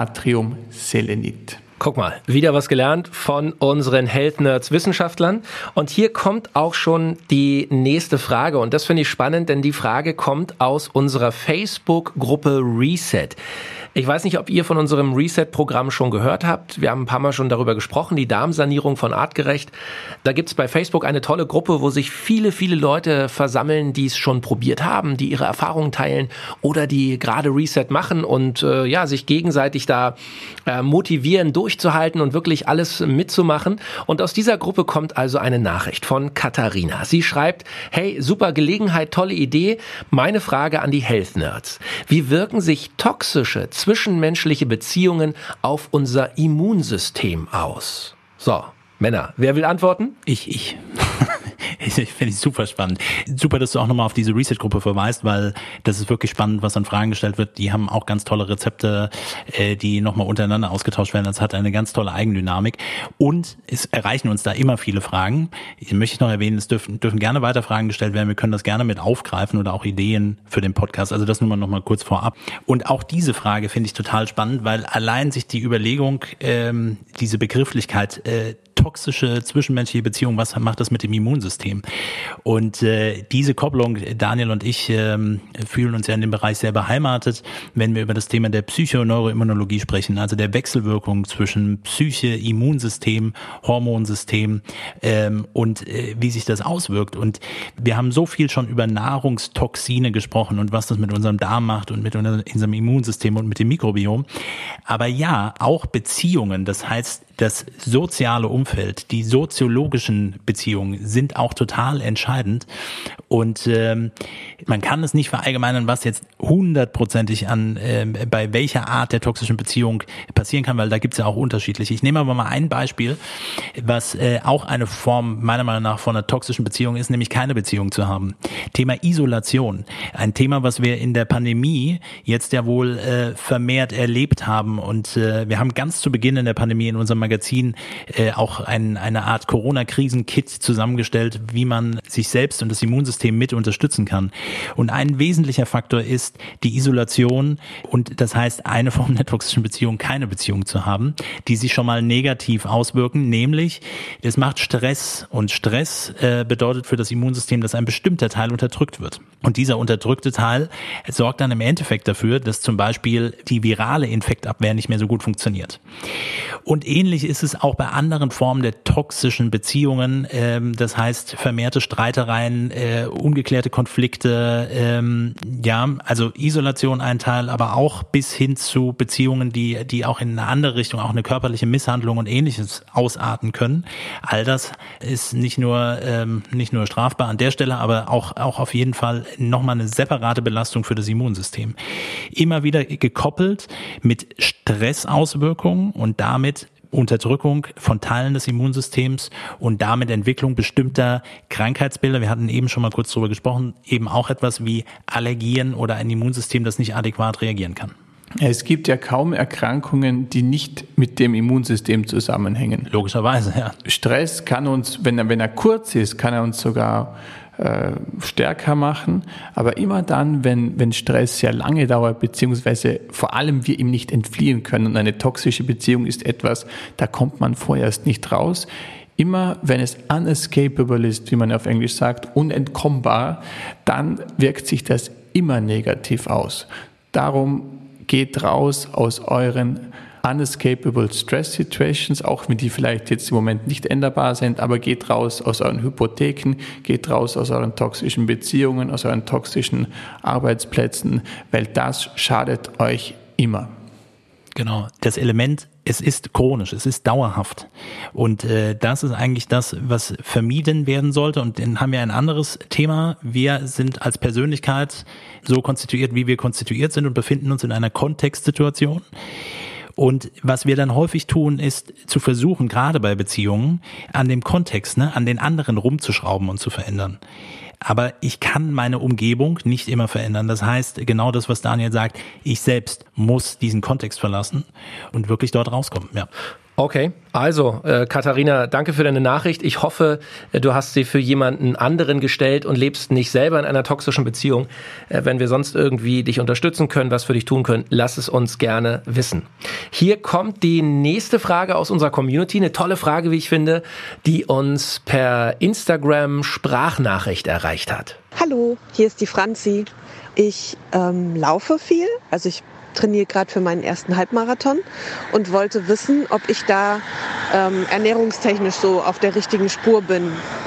Natriumselenit. Guck mal, wieder was gelernt von unseren Health Nerds Wissenschaftlern. Und hier kommt auch schon die nächste Frage. Und das finde ich spannend, denn die Frage kommt aus unserer Facebook-Gruppe Reset. Ich weiß nicht, ob ihr von unserem Reset-Programm schon gehört habt. Wir haben ein paar Mal schon darüber gesprochen, die Darmsanierung von Artgerecht. Da gibt's bei Facebook eine tolle Gruppe, wo sich viele, viele Leute versammeln, die es schon probiert haben, die ihre Erfahrungen teilen oder die gerade Reset machen und sich gegenseitig da motivieren, durchzuhalten und wirklich alles mitzumachen. Und aus dieser Gruppe kommt also eine Nachricht von Katharina. Sie schreibt, hey, super Gelegenheit, tolle Idee. Meine Frage an die Health Nerds. Wie wirken sich toxische zwischenmenschliche Beziehungen auf unser Immunsystem aus? So, Männer, wer will antworten? Ich. Finde ich super spannend. Super, dass du auch nochmal auf diese Reset-Gruppe verweist, weil das ist wirklich spannend, was an Fragen gestellt wird. Die haben auch ganz tolle Rezepte, die nochmal untereinander ausgetauscht werden. Das hat eine ganz tolle Eigendynamik. Und es erreichen uns da immer viele Fragen. Hier möchte ich noch erwähnen, es dürfen gerne weiter Fragen gestellt werden. Wir können das gerne mit aufgreifen oder auch Ideen für den Podcast. Also das nur noch mal kurz vorab. Und auch diese Frage finde ich total spannend, weil allein sich die Überlegung, diese Begrifflichkeit, toxische zwischenmenschliche Beziehung, was macht das mit dem Immunsystem? Und diese Kopplung, Daniel und ich fühlen uns ja in dem Bereich sehr beheimatet, wenn wir über das Thema der Psychoneuroimmunologie sprechen, also der Wechselwirkung zwischen Psyche, Immunsystem, Hormonsystem und wie sich das auswirkt. Und wir haben so viel schon über Nahrungstoxine gesprochen und was das mit unserem Darm macht und mit unserem Immunsystem und mit dem Mikrobiom. Aber ja, auch Beziehungen, das heißt das soziale Umfeld, die soziologischen Beziehungen sind auch total entscheidend. Und man kann es nicht verallgemeinern, was jetzt 100%ig bei welcher Art der toxischen Beziehung passieren kann, weil da gibt es ja auch unterschiedliche. Ich nehme aber mal ein Beispiel, was auch eine Form meiner Meinung nach von einer toxischen Beziehung ist, nämlich keine Beziehung zu haben. Thema Isolation. Ein Thema, was wir in der Pandemie jetzt ja wohl vermehrt erlebt haben. Und wir haben ganz zu Beginn in der Pandemie in unserem Magazin auch eine Art Corona-Krisen-Kit zusammengestellt, wie man sich selbst und das Immunsystem mit unterstützen kann. Und ein wesentlicher Faktor ist die Isolation und das heißt, eine Form der toxischen Beziehung, keine Beziehung zu haben, die sich schon mal negativ auswirken, nämlich es macht Stress und Stress bedeutet für das Immunsystem, dass ein bestimmter Teil unterdrückt wird. Und dieser unterdrückte Teil sorgt dann im Endeffekt dafür, dass zum Beispiel die virale Infektabwehr nicht mehr so gut funktioniert. Und ähnlich ist es auch bei anderen Formen der toxischen Beziehungen, das heißt vermehrte Streitereien, ungeklärte Konflikte, also Isolation ein Teil, aber auch bis hin zu Beziehungen, die auch in eine andere Richtung, auch eine körperliche Misshandlung und Ähnliches ausarten können. All das ist nicht nur strafbar an der Stelle, aber auch auf jeden Fall nochmal eine separate Belastung für das Immunsystem. Immer wieder gekoppelt mit Stressauswirkungen und damit Unterdrückung von Teilen des Immunsystems und damit Entwicklung bestimmter Krankheitsbilder. Wir hatten eben schon mal kurz drüber gesprochen, eben auch etwas wie Allergien oder ein Immunsystem, das nicht adäquat reagieren kann. Es gibt ja kaum Erkrankungen, die nicht mit dem Immunsystem zusammenhängen. Logischerweise, ja. Stress kann uns, wenn er kurz ist, kann er uns sogar stärker machen, aber immer dann, wenn Stress sehr lange dauert, beziehungsweise vor allem wir ihm nicht entfliehen können und eine toxische Beziehung ist etwas, da kommt man vorerst nicht raus. Immer wenn es unescapable ist, wie man auf Englisch sagt, unentkommbar, dann wirkt sich das immer negativ aus. Darum geht raus aus euren unescapable stress situations, auch wenn die vielleicht jetzt im Moment nicht änderbar sind, aber geht raus aus euren Hypotheken, geht raus aus euren toxischen Beziehungen, aus euren toxischen Arbeitsplätzen, weil das schadet euch immer. Genau, das Element, es ist chronisch, es ist dauerhaft und das ist eigentlich das, was vermieden werden sollte und dann haben wir ein anderes Thema. Wir sind als Persönlichkeit so konstituiert, wie wir konstituiert sind und befinden uns in einer Kontextsituation. Und was wir dann häufig tun, ist zu versuchen, gerade bei Beziehungen, an dem Kontext, an den anderen rumzuschrauben und zu verändern. Aber ich kann meine Umgebung nicht immer verändern. Das heißt, genau das, was Daniel sagt, ich selbst muss diesen Kontext verlassen und wirklich dort rauskommen. Ja. Okay, also Katharina, danke für deine Nachricht. Ich hoffe, du hast sie für jemanden anderen gestellt und lebst nicht selber in einer toxischen Beziehung. Wenn wir sonst irgendwie dich unterstützen können, was für dich tun können, lass es uns gerne wissen. Hier kommt die nächste Frage aus unserer Community, eine tolle Frage, wie ich finde, die uns per Instagram-Sprachnachricht erreicht hat. Hallo, hier ist die Franzi. Ich laufe viel, also ich trainiere gerade für meinen ersten Halbmarathon und wollte wissen, ob ich da ernährungstechnisch so auf der richtigen Spur bin.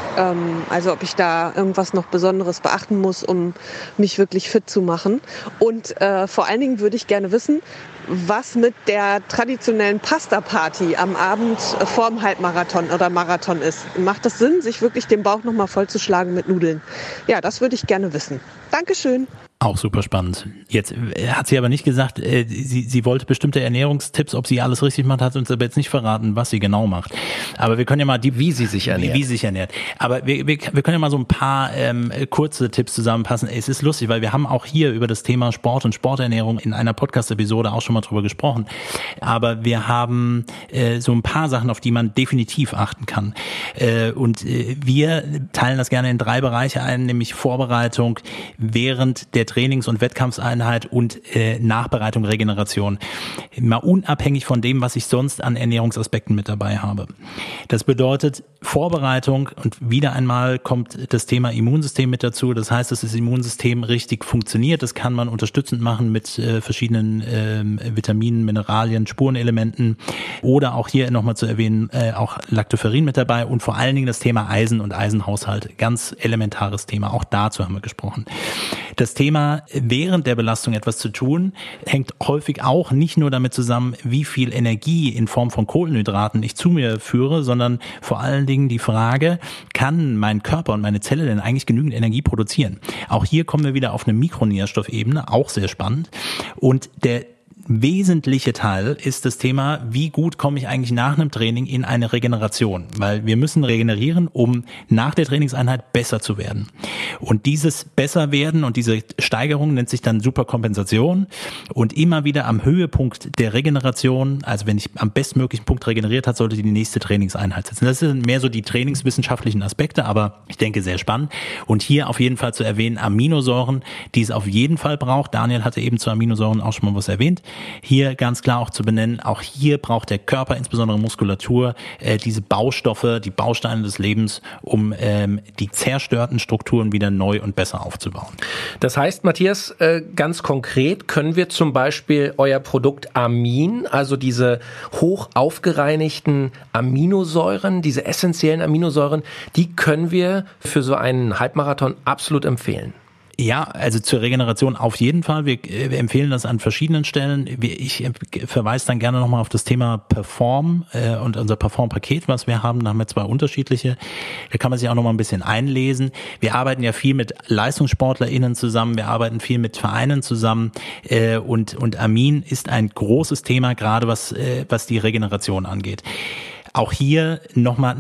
Also ob ich da irgendwas noch Besonderes beachten muss, um mich wirklich fit zu machen. Und vor allen Dingen würde ich gerne wissen, was mit der traditionellen Pasta-Party am Abend vorm Halbmarathon oder Marathon ist. Macht das Sinn, sich wirklich den Bauch nochmal vollzuschlagen mit Nudeln? Ja, das würde ich gerne wissen. Dankeschön. Auch super spannend. Jetzt hat sie aber nicht gesagt, sie wollte bestimmte Ernährungstipps, ob sie alles richtig macht, hat uns aber jetzt nicht verraten, was sie genau macht. Aber wir können ja mal wie sie sich ernährt. Aber wir können ja mal so ein paar kurze Tipps zusammenpassen. Es ist lustig, weil wir haben auch hier über das Thema Sport und Sporternährung in einer Podcast-Episode auch schon mal drüber gesprochen. Aber wir haben so ein paar Sachen, auf die man definitiv achten kann. Und wir teilen das gerne in 3 Bereiche ein, nämlich Vorbereitung während der Trainings- und Wettkampfseinheit und Nachbereitung, Regeneration. Mal unabhängig von dem, was ich sonst an Ernährungsaspekten mit dabei habe. Das bedeutet Vorbereitung und wieder einmal kommt das Thema Immunsystem mit dazu. Das heißt, dass das Immunsystem richtig funktioniert. Das kann man unterstützend machen mit verschiedenen Vitaminen, Mineralien, Spurenelementen oder auch hier nochmal zu erwähnen, auch Lactoferrin mit dabei und vor allen Dingen das Thema Eisen und Eisenhaushalt. Ganz elementares Thema. Auch dazu haben wir gesprochen. Das Thema Thema, während der Belastung etwas zu tun, hängt häufig auch nicht nur damit zusammen, wie viel Energie in Form von Kohlenhydraten ich zu mir führe, sondern vor allen Dingen die Frage, kann mein Körper und meine Zelle denn eigentlich genügend Energie produzieren? Auch hier kommen wir wieder auf eine Mikronährstoffebene, auch sehr spannend. Und der wesentliche Teil ist das Thema, wie gut komme ich eigentlich nach einem Training in eine Regeneration, weil wir müssen regenerieren, um nach der Trainingseinheit besser zu werden. Und dieses Besserwerden und diese Steigerung nennt sich dann Superkompensation und immer wieder am Höhepunkt der Regeneration, also wenn ich am bestmöglichen Punkt regeneriert habe, sollte die nächste Trainingseinheit setzen. Das sind mehr so die trainingswissenschaftlichen Aspekte, aber ich denke sehr spannend. Und hier auf jeden Fall zu erwähnen, Aminosäuren, die es auf jeden Fall braucht. Daniel hatte eben zu Aminosäuren auch schon mal was erwähnt. Hier ganz klar auch zu benennen, auch hier braucht der Körper, insbesondere Muskulatur, diese Baustoffe, die Bausteine des Lebens, um die zerstörten Strukturen wieder neu und besser aufzubauen. Das heißt, Matthias, ganz konkret können wir zum Beispiel euer Produkt Amin, also diese hoch aufgereinigten Aminosäuren, diese essentiellen Aminosäuren, die können wir für so einen Halbmarathon absolut empfehlen. Ja, also zur Regeneration auf jeden Fall. Wir empfehlen das an verschiedenen Stellen. Ich verweise dann gerne nochmal auf das Thema Perform und unser Perform-Paket, was wir haben. Da haben wir 2 unterschiedliche. Da kann man sich auch nochmal ein bisschen einlesen. Wir arbeiten ja viel mit LeistungssportlerInnen zusammen. Wir arbeiten viel mit Vereinen zusammen. Und Amin ist ein großes Thema, gerade was die Regeneration angeht. Auch hier nochmal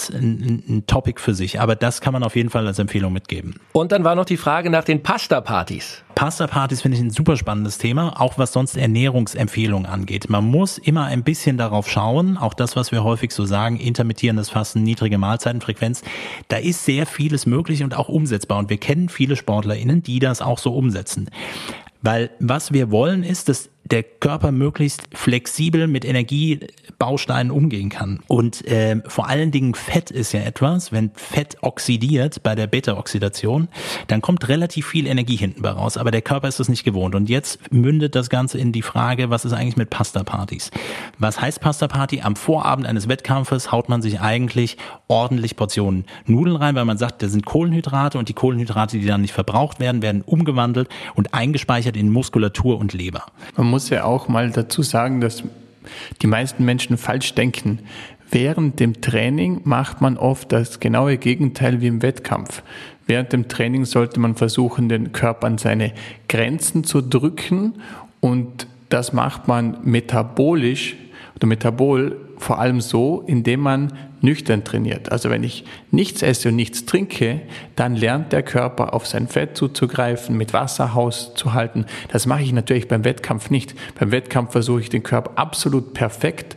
ein Topic für sich, aber das kann man auf jeden Fall als Empfehlung mitgeben. Und dann war noch die Frage nach den Pasta-Partys. Pasta-Partys finde ich ein super spannendes Thema, auch was sonst Ernährungsempfehlungen angeht. Man muss immer ein bisschen darauf schauen, auch das, was wir häufig so sagen, intermittierendes Fasten, niedrige Mahlzeitenfrequenz, da ist sehr vieles möglich und auch umsetzbar und wir kennen viele SportlerInnen, die das auch so umsetzen. Weil was wir wollen ist, dass der Körper möglichst flexibel mit Energiebausteinen umgehen kann. Und vor allen Dingen Fett ist ja etwas, wenn Fett oxidiert bei der Beta-Oxidation, dann kommt relativ viel Energie hinten bei raus, aber der Körper ist das nicht gewohnt. Und jetzt mündet das Ganze in die Frage, was ist eigentlich mit Pasta-Partys? Was heißt Pasta-Party? Am Vorabend eines Wettkampfes haut man sich eigentlich ordentlich Portionen Nudeln rein, weil man sagt, da sind Kohlenhydrate und die Kohlenhydrate, die dann nicht verbraucht werden, werden umgewandelt und eingespeichert in Muskulatur und Leber. Man muss ja auch mal dazu sagen, dass die meisten Menschen falsch denken. Während dem Training macht man oft das genaue Gegenteil wie im Wettkampf. Während dem Training sollte man versuchen, den Körper an seine Grenzen zu drücken und das macht man metabolisch oder metabol vor allem so, indem man nüchtern trainiert. Also wenn ich nichts esse und nichts trinke, dann lernt der Körper auf sein Fett zuzugreifen, mit Wasser hauszuhalten. Das mache ich natürlich beim Wettkampf nicht. Beim Wettkampf versuche ich den Körper absolut perfekt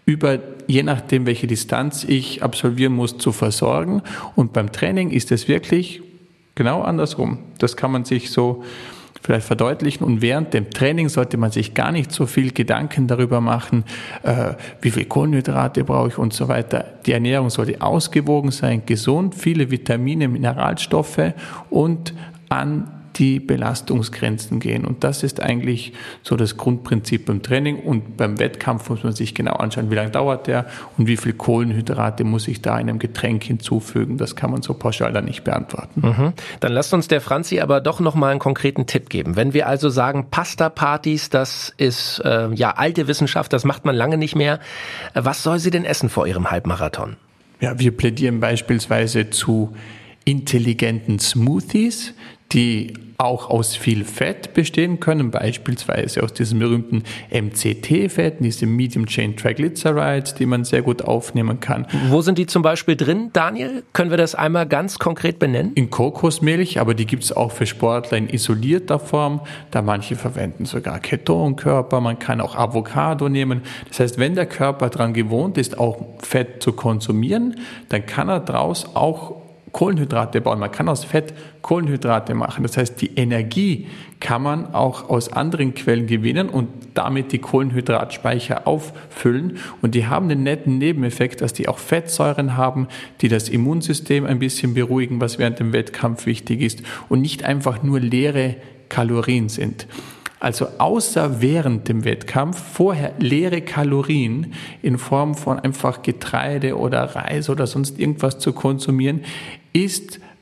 je nachdem, welche Distanz ich absolvieren muss, zu versorgen. Und beim Training ist es wirklich genau andersrum. Das kann man sich so vielleicht verdeutlichen. Und während dem Training sollte man sich gar nicht so viel Gedanken darüber machen, wie viel Kohlenhydrate brauche ich und so weiter. Die Ernährung sollte ausgewogen sein, gesund, viele Vitamine, Mineralstoffe und an die Belastungsgrenzen gehen. Und das ist eigentlich so das Grundprinzip beim Training. Und beim Wettkampf muss man sich genau anschauen, wie lange dauert der und wie viel Kohlenhydrate muss ich da in einem Getränk hinzufügen. Das kann man so pauschal dann nicht beantworten. Mhm. Dann lasst uns der Franzi aber doch nochmal einen konkreten Tipp geben. Wenn wir also sagen, Pasta-Partys, das ist alte Wissenschaft, das macht man lange nicht mehr. Was soll sie denn essen vor ihrem Halbmarathon? Ja, wir plädieren beispielsweise zu intelligenten Smoothies, die auch aus viel Fett bestehen können, beispielsweise aus diesen berühmten MCT-Fetten, diese Medium Chain Triglycerides, die man sehr gut aufnehmen kann. Wo sind die zum Beispiel drin, Daniel? Können wir das einmal ganz konkret benennen? In Kokosmilch, aber die gibt es auch für Sportler in isolierter Form, da manche verwenden sogar Ketonkörper, man kann auch Avocado nehmen. Das heißt, wenn der Körper daran gewohnt ist, auch Fett zu konsumieren, dann kann er daraus auch Kohlenhydrate bauen. Man kann aus Fett Kohlenhydrate machen. Das heißt, die Energie kann man auch aus anderen Quellen gewinnen und damit die Kohlenhydratspeicher auffüllen. Und die haben den netten Nebeneffekt, dass die auch Fettsäuren haben, die das Immunsystem ein bisschen beruhigen, was während dem Wettkampf wichtig ist und nicht einfach nur leere Kalorien sind. Also außer während dem Wettkampf vorher leere Kalorien in Form von einfach Getreide oder Reis oder sonst irgendwas zu konsumieren, ist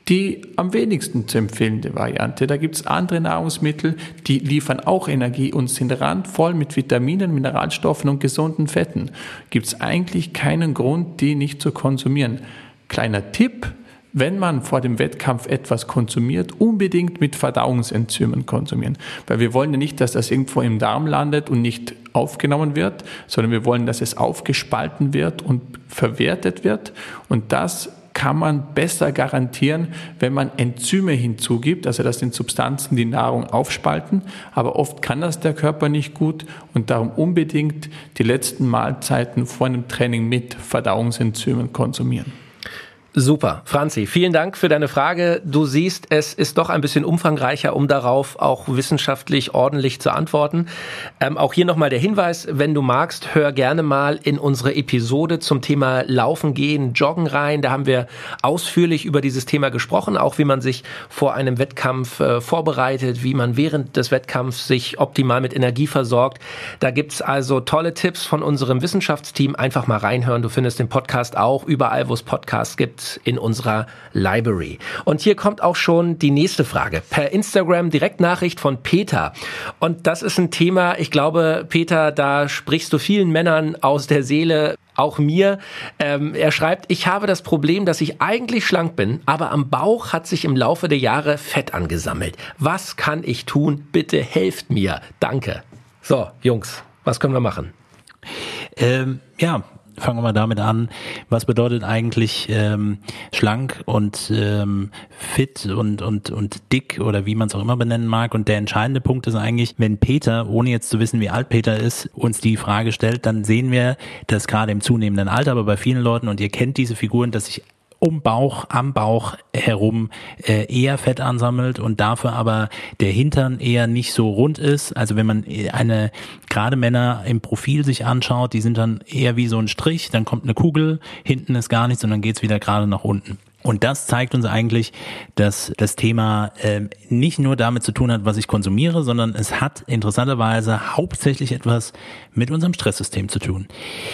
die am wenigsten zu empfehlende Variante. Da gibt es andere Nahrungsmittel, die liefern auch Energie und sind randvoll mit Vitaminen, Mineralstoffen und gesunden Fetten. Gibt es eigentlich keinen Grund, die nicht zu konsumieren. Kleiner Tipp: Wenn man vor dem Wettkampf etwas konsumiert, unbedingt mit Verdauungsenzymen konsumieren. Weil wir wollen ja nicht, dass das irgendwo im Darm landet und nicht aufgenommen wird, sondern wir wollen, dass es aufgespalten wird und verwertet wird. Und das kann man besser garantieren, wenn man Enzyme hinzugibt. Also das sind Substanzen, die Nahrung aufspalten. Aber oft kann das der Körper nicht gut und darum unbedingt die letzten Mahlzeiten vor einem Training mit Verdauungsenzymen konsumieren. Super. Franzi, vielen Dank für deine Frage. Du siehst, es ist doch ein bisschen umfangreicher, um darauf auch wissenschaftlich ordentlich zu antworten. Auch hier nochmal der Hinweis, wenn du magst, hör gerne mal in unsere Episode zum Thema Laufen gehen, Joggen rein. Da haben wir ausführlich über dieses Thema gesprochen, auch wie man sich vor einem Wettkampf vorbereitet, wie man während des Wettkampfs sich optimal mit Energie versorgt. Da gibt's also tolle Tipps von unserem Wissenschaftsteam. Einfach mal reinhören. Du findest den Podcast auch überall, wo es Podcasts gibt, in unserer Library. Und hier kommt auch schon die nächste Frage. Per Instagram Direktnachricht von Peter. Und das ist ein Thema, ich glaube, Peter, da sprichst du vielen Männern aus der Seele, auch mir. Er schreibt: Ich habe das Problem, dass ich eigentlich schlank bin, aber am Bauch hat sich im Laufe der Jahre Fett angesammelt. Was kann ich tun? Bitte helft mir. Danke. So, Jungs, was können wir machen? Fangen wir mal damit an. Was bedeutet eigentlich schlank und fit und dick oder wie man es auch immer benennen mag? Und der entscheidende Punkt ist eigentlich, wenn Peter, ohne jetzt zu wissen, wie alt Peter ist, uns die Frage stellt, dann sehen wir, dass gerade im zunehmenden Alter, aber bei vielen Leuten, und ihr kennt diese Figuren, dass sich am Bauch herum eher Fett ansammelt und dafür aber der Hintern eher nicht so rund ist. Also wenn man gerade Männer im Profil sich anschaut, die sind dann eher wie so ein Strich, dann kommt eine Kugel, hinten ist gar nichts und dann geht's wieder gerade nach unten. Und das zeigt uns eigentlich, dass das Thema nicht nur damit zu tun hat, was ich konsumiere, sondern es hat interessanterweise hauptsächlich etwas mit unserem Stresssystem zu tun.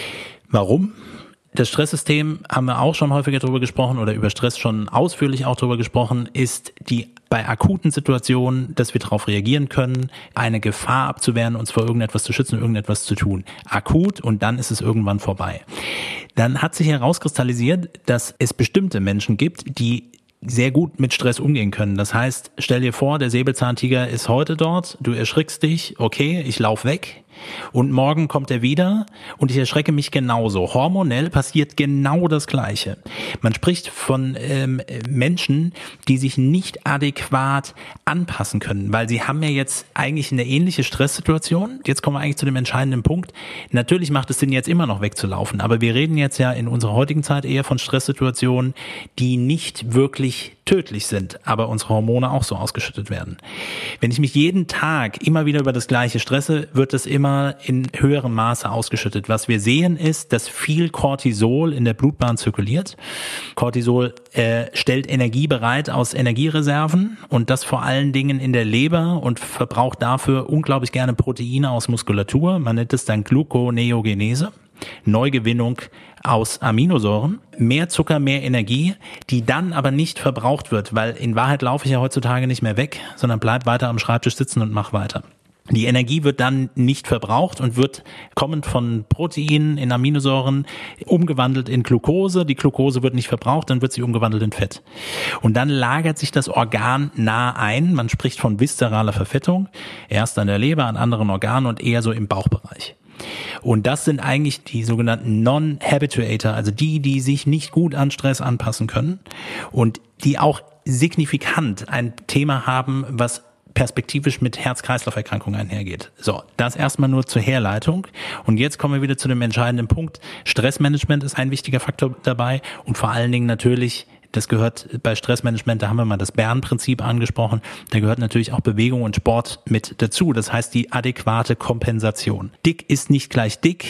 Warum? Das Stresssystem, haben wir auch schon häufiger drüber gesprochen oder über Stress schon ausführlich auch drüber gesprochen, ist die bei akuten Situationen, dass wir darauf reagieren können, eine Gefahr abzuwehren, uns vor irgendetwas zu schützen, irgendetwas zu tun. Akut und dann ist es irgendwann vorbei. Dann hat sich herauskristallisiert, dass es bestimmte Menschen gibt, die sehr gut mit Stress umgehen können. Das heißt, stell dir vor, der Säbelzahntiger ist heute dort, du erschrickst dich, okay, ich lauf weg. Und morgen kommt er wieder und ich erschrecke mich genauso. Hormonell passiert genau das Gleiche. Man spricht von Menschen, die sich nicht adäquat anpassen können, weil sie haben ja jetzt eigentlich eine ähnliche Stresssituation. Jetzt kommen wir eigentlich zu dem entscheidenden Punkt. Natürlich macht es Sinn, jetzt immer noch wegzulaufen, aber wir reden jetzt ja in unserer heutigen Zeit eher von Stresssituationen, die nicht wirklich tödlich sind, aber unsere Hormone auch so ausgeschüttet werden. Wenn ich mich jeden Tag immer wieder über das Gleiche stresse, wird es immer in höherem Maße ausgeschüttet. Was wir sehen ist, dass viel Cortisol in der Blutbahn zirkuliert. Cortisol stellt Energie bereit aus Energiereserven und das vor allen Dingen in der Leber und verbraucht dafür unglaublich gerne Proteine aus Muskulatur. Man nennt es dann Gluconeogenese. Neugewinnung aus Aminosäuren, mehr Zucker, mehr Energie, die dann aber nicht verbraucht wird, weil in Wahrheit laufe ich ja heutzutage nicht mehr weg, sondern bleib weiter am Schreibtisch sitzen und mach weiter. Die Energie wird dann nicht verbraucht und wird kommend von Proteinen in Aminosäuren umgewandelt in Glucose. Die Glucose wird nicht verbraucht, dann wird sie umgewandelt in Fett. Und dann lagert sich das Organ nah ein. Man spricht von viszeraler Verfettung, erst an der Leber, an anderen Organen und eher so im Bauchbereich. Und das sind eigentlich die sogenannten Non-Habituator, also die sich nicht gut an Stress anpassen können und die auch signifikant ein Thema haben, was perspektivisch mit Herz-Kreislauf-Erkrankungen einhergeht. So, das erstmal nur zur Herleitung. Und jetzt kommen wir wieder zu dem entscheidenden Punkt. Stressmanagement ist ein wichtiger Faktor dabei und vor allen Dingen natürlich, das gehört bei Stressmanagement, da haben wir mal das Bärenprinzip angesprochen, da gehört natürlich auch Bewegung und Sport mit dazu. Das heißt die adäquate Kompensation. Dick ist nicht gleich dick.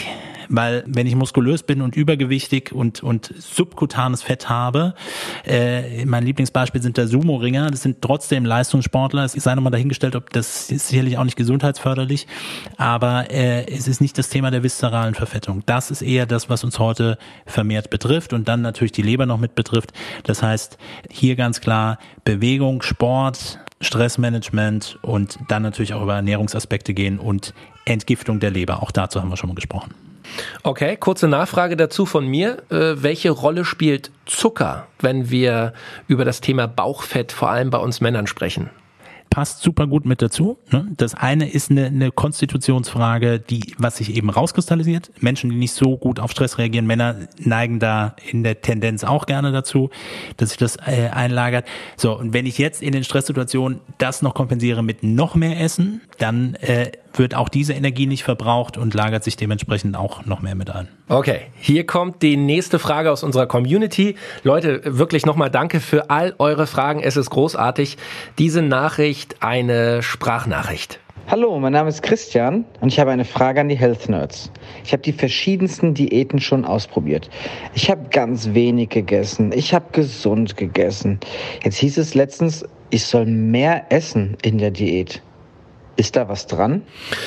weil wenn ich muskulös bin und übergewichtig und subkutanes Fett habe, mein Lieblingsbeispiel sind der Sumo-Ringer, das sind trotzdem Leistungssportler, es sei nochmal dahingestellt, ob das ist sicherlich auch nicht gesundheitsförderlich, aber es ist nicht das Thema der viszeralen Verfettung. Das ist eher das, was uns heute vermehrt betrifft und dann natürlich die Leber noch mit betrifft. Das heißt, hier ganz klar Bewegung, Sport, Stressmanagement und dann natürlich auch über Ernährungsaspekte gehen und Entgiftung der Leber. Auch dazu haben wir schon mal gesprochen. Okay, kurze Nachfrage dazu von mir. Welche Rolle spielt Zucker, wenn wir über das Thema Bauchfett vor allem bei uns Männern sprechen? Passt super gut mit dazu. Das eine ist eine Konstitutionsfrage, was sich eben rauskristallisiert. Menschen, die nicht so gut auf Stress reagieren, Männer neigen da in der Tendenz auch gerne dazu, dass sich das einlagert. So, und wenn ich jetzt in den Stresssituationen das noch kompensiere mit noch mehr Essen, dann wird auch diese Energie nicht verbraucht und lagert sich dementsprechend auch noch mehr mit ein. Okay, hier kommt die nächste Frage aus unserer Community. Leute, wirklich nochmal danke für all eure Fragen. Es ist großartig. Diese Nachricht, eine Sprachnachricht. Hallo, mein Name ist Christian und ich habe eine Frage an die Health Nerds. Ich habe die verschiedensten Diäten schon ausprobiert. Ich habe ganz wenig gegessen. Ich habe gesund gegessen. Jetzt hieß es letztens, ich soll mehr essen in der Diät. Ist da was dran?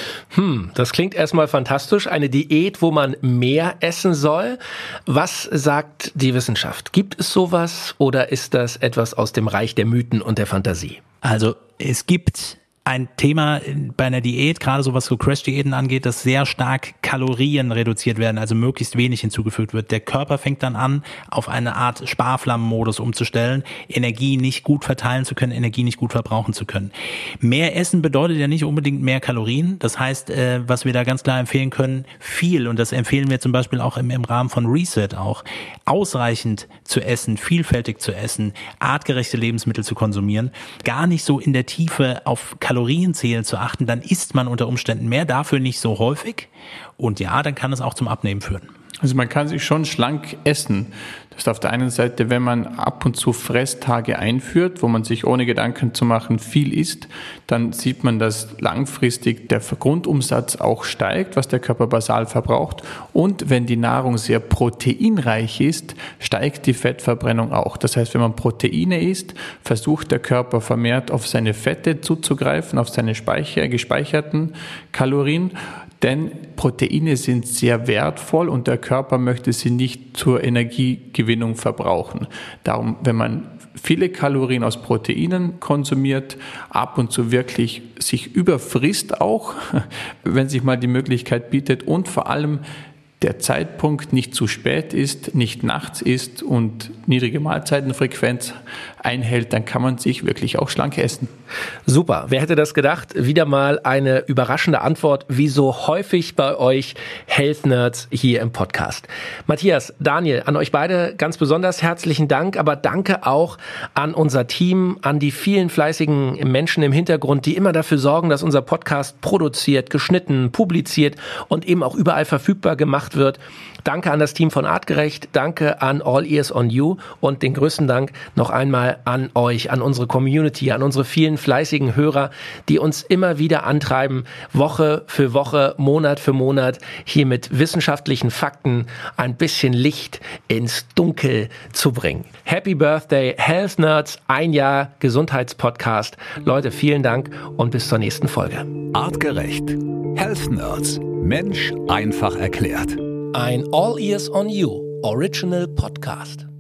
Das klingt erstmal fantastisch. Eine Diät, wo man mehr essen soll. Was sagt die Wissenschaft? Gibt es sowas oder ist das etwas aus dem Reich der Mythen und der Fantasie? Also es gibt ein Thema bei einer Diät, gerade so was so Crash-Diäten angeht, dass sehr stark Kalorien reduziert werden, also möglichst wenig hinzugefügt wird. Der Körper fängt dann an, auf eine Art Sparflammenmodus umzustellen, Energie nicht gut verteilen zu können, Energie nicht gut verbrauchen zu können. Mehr Essen bedeutet ja nicht unbedingt mehr Kalorien. Das heißt, was wir da ganz klar empfehlen können, viel, und das empfehlen wir zum Beispiel auch im Rahmen von Reset auch, ausreichend zu essen, vielfältig zu essen, artgerechte Lebensmittel zu konsumieren, gar nicht so in der Tiefe auf Kalorienzählen zu achten, dann isst man unter Umständen mehr, dafür nicht so häufig und ja, dann kann es auch zum Abnehmen führen. Also man kann sich schon schlank essen. Das ist auf der einen Seite, wenn man ab und zu Fresstage einführt, wo man sich ohne Gedanken zu machen viel isst, dann sieht man, dass langfristig der Grundumsatz auch steigt, was der Körper basal verbraucht. Und wenn die Nahrung sehr proteinreich ist, steigt die Fettverbrennung auch. Das heißt, wenn man Proteine isst, versucht der Körper vermehrt auf seine Fette zuzugreifen, auf seine gespeicherten Kalorien. Denn Proteine sind sehr wertvoll und der Körper möchte sie nicht zur Energiegewinnung verbrauchen. Darum, wenn man viele Kalorien aus Proteinen konsumiert, ab und zu wirklich sich überfrisst auch, wenn sich mal die Möglichkeit bietet und vor allem der Zeitpunkt nicht zu spät ist, nicht nachts ist und niedrige Mahlzeitenfrequenz einhält, dann kann man sich wirklich auch schlank essen. Super, wer hätte das gedacht? Wieder mal eine überraschende Antwort, wie so häufig bei euch Health Nerds hier im Podcast. Matthias, Daniel, an euch beide ganz besonders herzlichen Dank, aber danke auch an unser Team, an die vielen fleißigen Menschen im Hintergrund, die immer dafür sorgen, dass unser Podcast produziert, geschnitten, publiziert und eben auch überall verfügbar gemacht wird. Danke an das Team von Artgerecht, danke an All Ears on You und den größten Dank noch einmal an euch, an unsere Community, an unsere vielen fleißigen Hörer, die uns immer wieder antreiben, Woche für Woche, Monat für Monat hier mit wissenschaftlichen Fakten ein bisschen Licht ins Dunkel zu bringen. Happy Birthday, Health Nerds, 1 Jahr Gesundheitspodcast. Leute, vielen Dank und bis zur nächsten Folge. Artgerecht. Health Nerds. Mensch einfach erklärt. Ein All Ears on You Original Podcast.